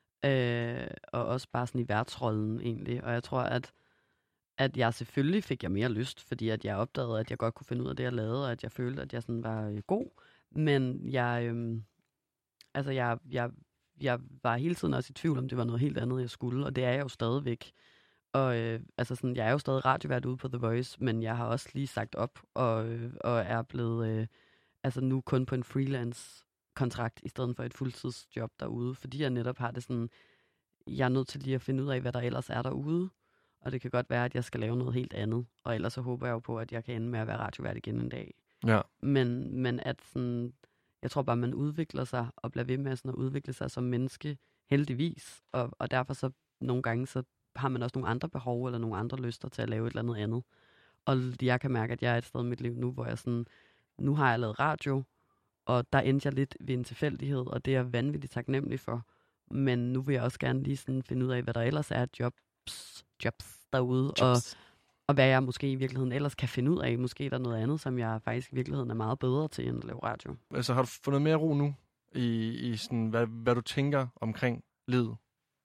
Øh, og også bare sådan i værtsrollen egentlig. Og jeg tror, at, at jeg selvfølgelig fik jeg mere lyst, fordi at jeg opdagede, at jeg godt kunne finde ud af det, jeg lavede, og at jeg følte, at jeg sådan var øh, god. Men jeg, øh, altså jeg, jeg, jeg var hele tiden også i tvivl, om det var noget helt andet, jeg skulle. Og det er jeg jo stadigvæk. Og øh, altså sådan, jeg er jo stadig radiovært ude på The Voice, men jeg har også lige sagt op, og, øh, og er blevet... Øh, altså nu kun på en freelance-kontrakt, i stedet for et fuldtidsjob derude, fordi jeg netop har det sådan, jeg er nødt til lige at finde ud af, hvad der ellers er derude, og det kan godt være, at jeg skal lave noget helt andet, og ellers så håber jeg jo på, at jeg kan ende med at være radiovært igen en dag. Ja. Men, men at sådan, jeg tror bare, man udvikler sig, og bliver ved med sådan at udvikle sig som menneske, heldigvis, og, og derfor så nogle gange, så har man også nogle andre behov, eller nogle andre lyster til at lave et eller andet andet. Og jeg kan mærke, at jeg er et sted i mit liv nu, hvor jeg sådan, nu har jeg lavet radio, og der endte jeg lidt ved en tilfældighed, og det er jeg vanvittigt taknemmelig for. Men nu vil jeg også gerne lige sådan finde ud af, hvad der ellers er jobs, jobs derude, jobs. Og, og hvad jeg måske i virkeligheden ellers kan finde ud af. Måske er der noget andet, som jeg faktisk i virkeligheden er meget bedre til, end at lave radio. Altså har du fundet mere ro nu, i, i sådan, hvad, hvad du tænker omkring livet?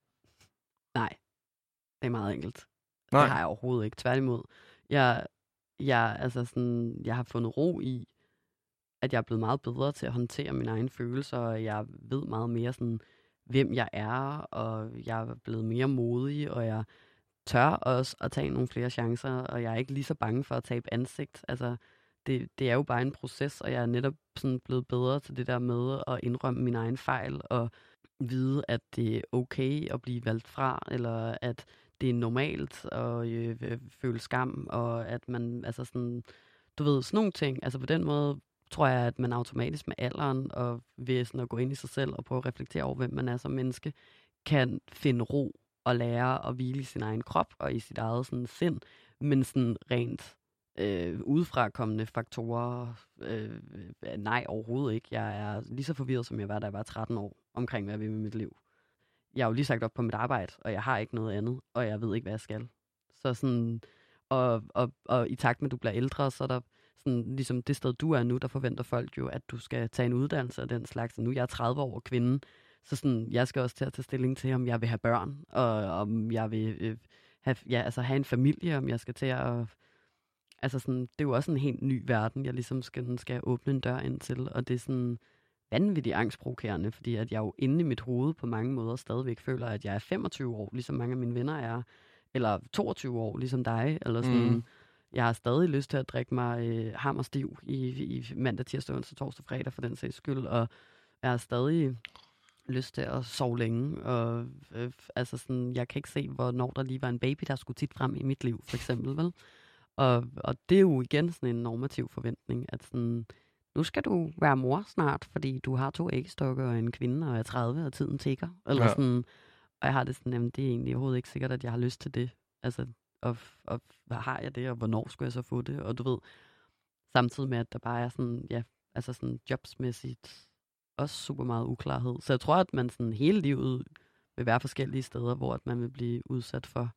Nej, det er meget enkelt. Nej. Det har jeg overhovedet ikke. Tværtimod. Jeg, jeg, altså sådan, jeg har fundet ro i, at jeg er blevet meget bedre til at håndtere mine egne følelser, og jeg ved meget mere sådan, hvem jeg er, og jeg er blevet mere modig, og jeg tør også at tage nogle flere chancer, og jeg er ikke lige så bange for at tabe ansigt. Altså, det, det er jo bare en proces, og jeg er netop sådan blevet bedre til det der med at indrømme mine egne fejl, og vide, at det er okay at blive valgt fra, eller at det er normalt at øh, føle skam, og at man, altså sådan, du ved, sådan nogle ting. Altså på den måde tror jeg, at man automatisk med alderen, og ved sådan at gå ind i sig selv og prøve at reflektere over, hvem man er som menneske, kan finde ro og lære at hvile i sin egen krop og i sit eget sådan sind, men sådan rent øh, udefrakommende faktorer, øh, nej, overhovedet ikke. Jeg er lige så forvirret, som jeg var, da jeg var tretten år, omkring hvad jeg vil med mit liv. Jeg er jo lige sagt op på mit arbejde, og jeg har ikke noget andet, og jeg ved ikke, hvad jeg skal. Så sådan, og, og, og i takt med, at du bliver ældre, så er der sådan, ligesom det sted, du er nu, der forventer folk jo, at du skal tage en uddannelse af den slags. Og nu jeg er tredive år kvinde, så sådan, jeg skal også til at tage stilling til, om jeg vil have børn, og om jeg vil øh, have, ja, altså have en familie, om jeg skal til at... Altså sådan, det er jo også en helt ny verden, jeg ligesom skal, skal åbne en dør ind til, og det er sådan vanvittigt angstprovokerende, fordi at jeg jo inde i mit hoved på mange måder stadigvæk føler, at jeg er femogtyve år, ligesom mange af mine venner er, eller toogtyve år, ligesom dig, eller sådan... Mm. Jeg har stadig lyst til at drikke mig øh, hammerstiv i, i mandag, tirsdag, onsdag, torsdag, fredag for den sags skyld, og jeg har stadig lyst til at sove længe, og øh, altså sådan, jeg kan ikke se, hvornår der lige var en baby, der skulle tit frem i mit liv, for eksempel, vel? Og, og det er jo igen sådan en normativ forventning, at sådan, nu skal du være mor snart, fordi du har to æggestokke og en kvinde, og er tredive, og tiden tikker, eller ja. Sådan, og jeg har det sådan, jamen det er egentlig overhovedet ikke sikkert, at jeg har lyst til det, altså, og, og hvad har jeg det, og hvornår skulle jeg så få det, og du ved, samtidig med, at der bare er sådan, ja, altså sådan jobsmæssigt, også super meget uklarhed. Så jeg tror, at man sådan hele livet vil være forskellige steder, hvor at man vil blive udsat for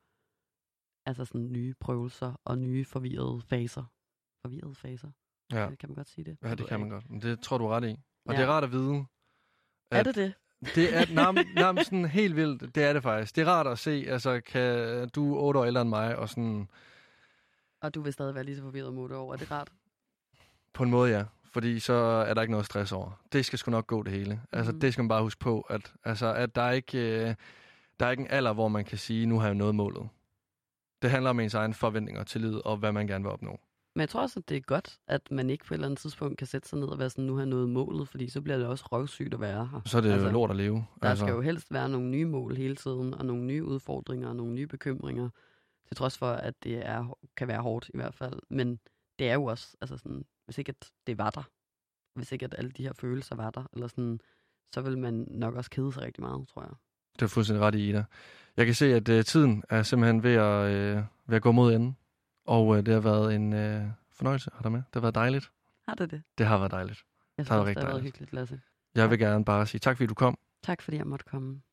altså sådan nye prøvelser og nye forvirrede faser. Forvirrede faser? Ja. Kan man godt sige det? Ja, det kan man godt. Men det tror du ret i. Og ja. Det er rart at vide. At er det det? Det er nærmest nærm sådan helt vildt. Det er det faktisk. Det er rart at se. Altså, kan du er otte år ældre end mig, og sådan... Og du vil stadig være lige så forvirret om otte år. Er det rart? På en måde, ja. Fordi så er der ikke noget stress over. Det skal sgu nok gå det hele. Altså, mm. det skal man bare huske på, at, altså, at der er ikke øh, der er ikke en alder, hvor man kan sige, nu har jeg nået målet. Det handler om ens egne forventninger, tillid og hvad man gerne vil opnå. Men jeg tror også, at det er godt, at man ikke på et eller andet tidspunkt kan sætte sig ned og være sådan, nu har jeg nået målet, fordi så bliver det også røvsygt at være her. Så er det altså, lort at leve. Der altså. skal jo helst være nogle nye mål hele tiden, og nogle nye udfordringer, og nogle nye bekymringer, til trods for, at det er, kan være hårdt i hvert fald. Men det er jo også, altså sådan, hvis ikke at det var der, hvis ikke at alle de her følelser var der, eller sådan, så vil man nok også kede sig rigtig meget, tror jeg. Det er fuldstændig ret i, Ida. Jeg kan se, at uh, tiden er simpelthen ved at, uh, ved at gå mod enden. Og uh, det har været en uh, fornøjelse at have dig med. Det har været dejligt. Har det det? Det har været dejligt. Jeg synes det har også, været det har været dejligt. hyggeligt, Lasse. Jeg vil gerne bare sige tak, fordi du kom. Tak, fordi jeg måtte komme.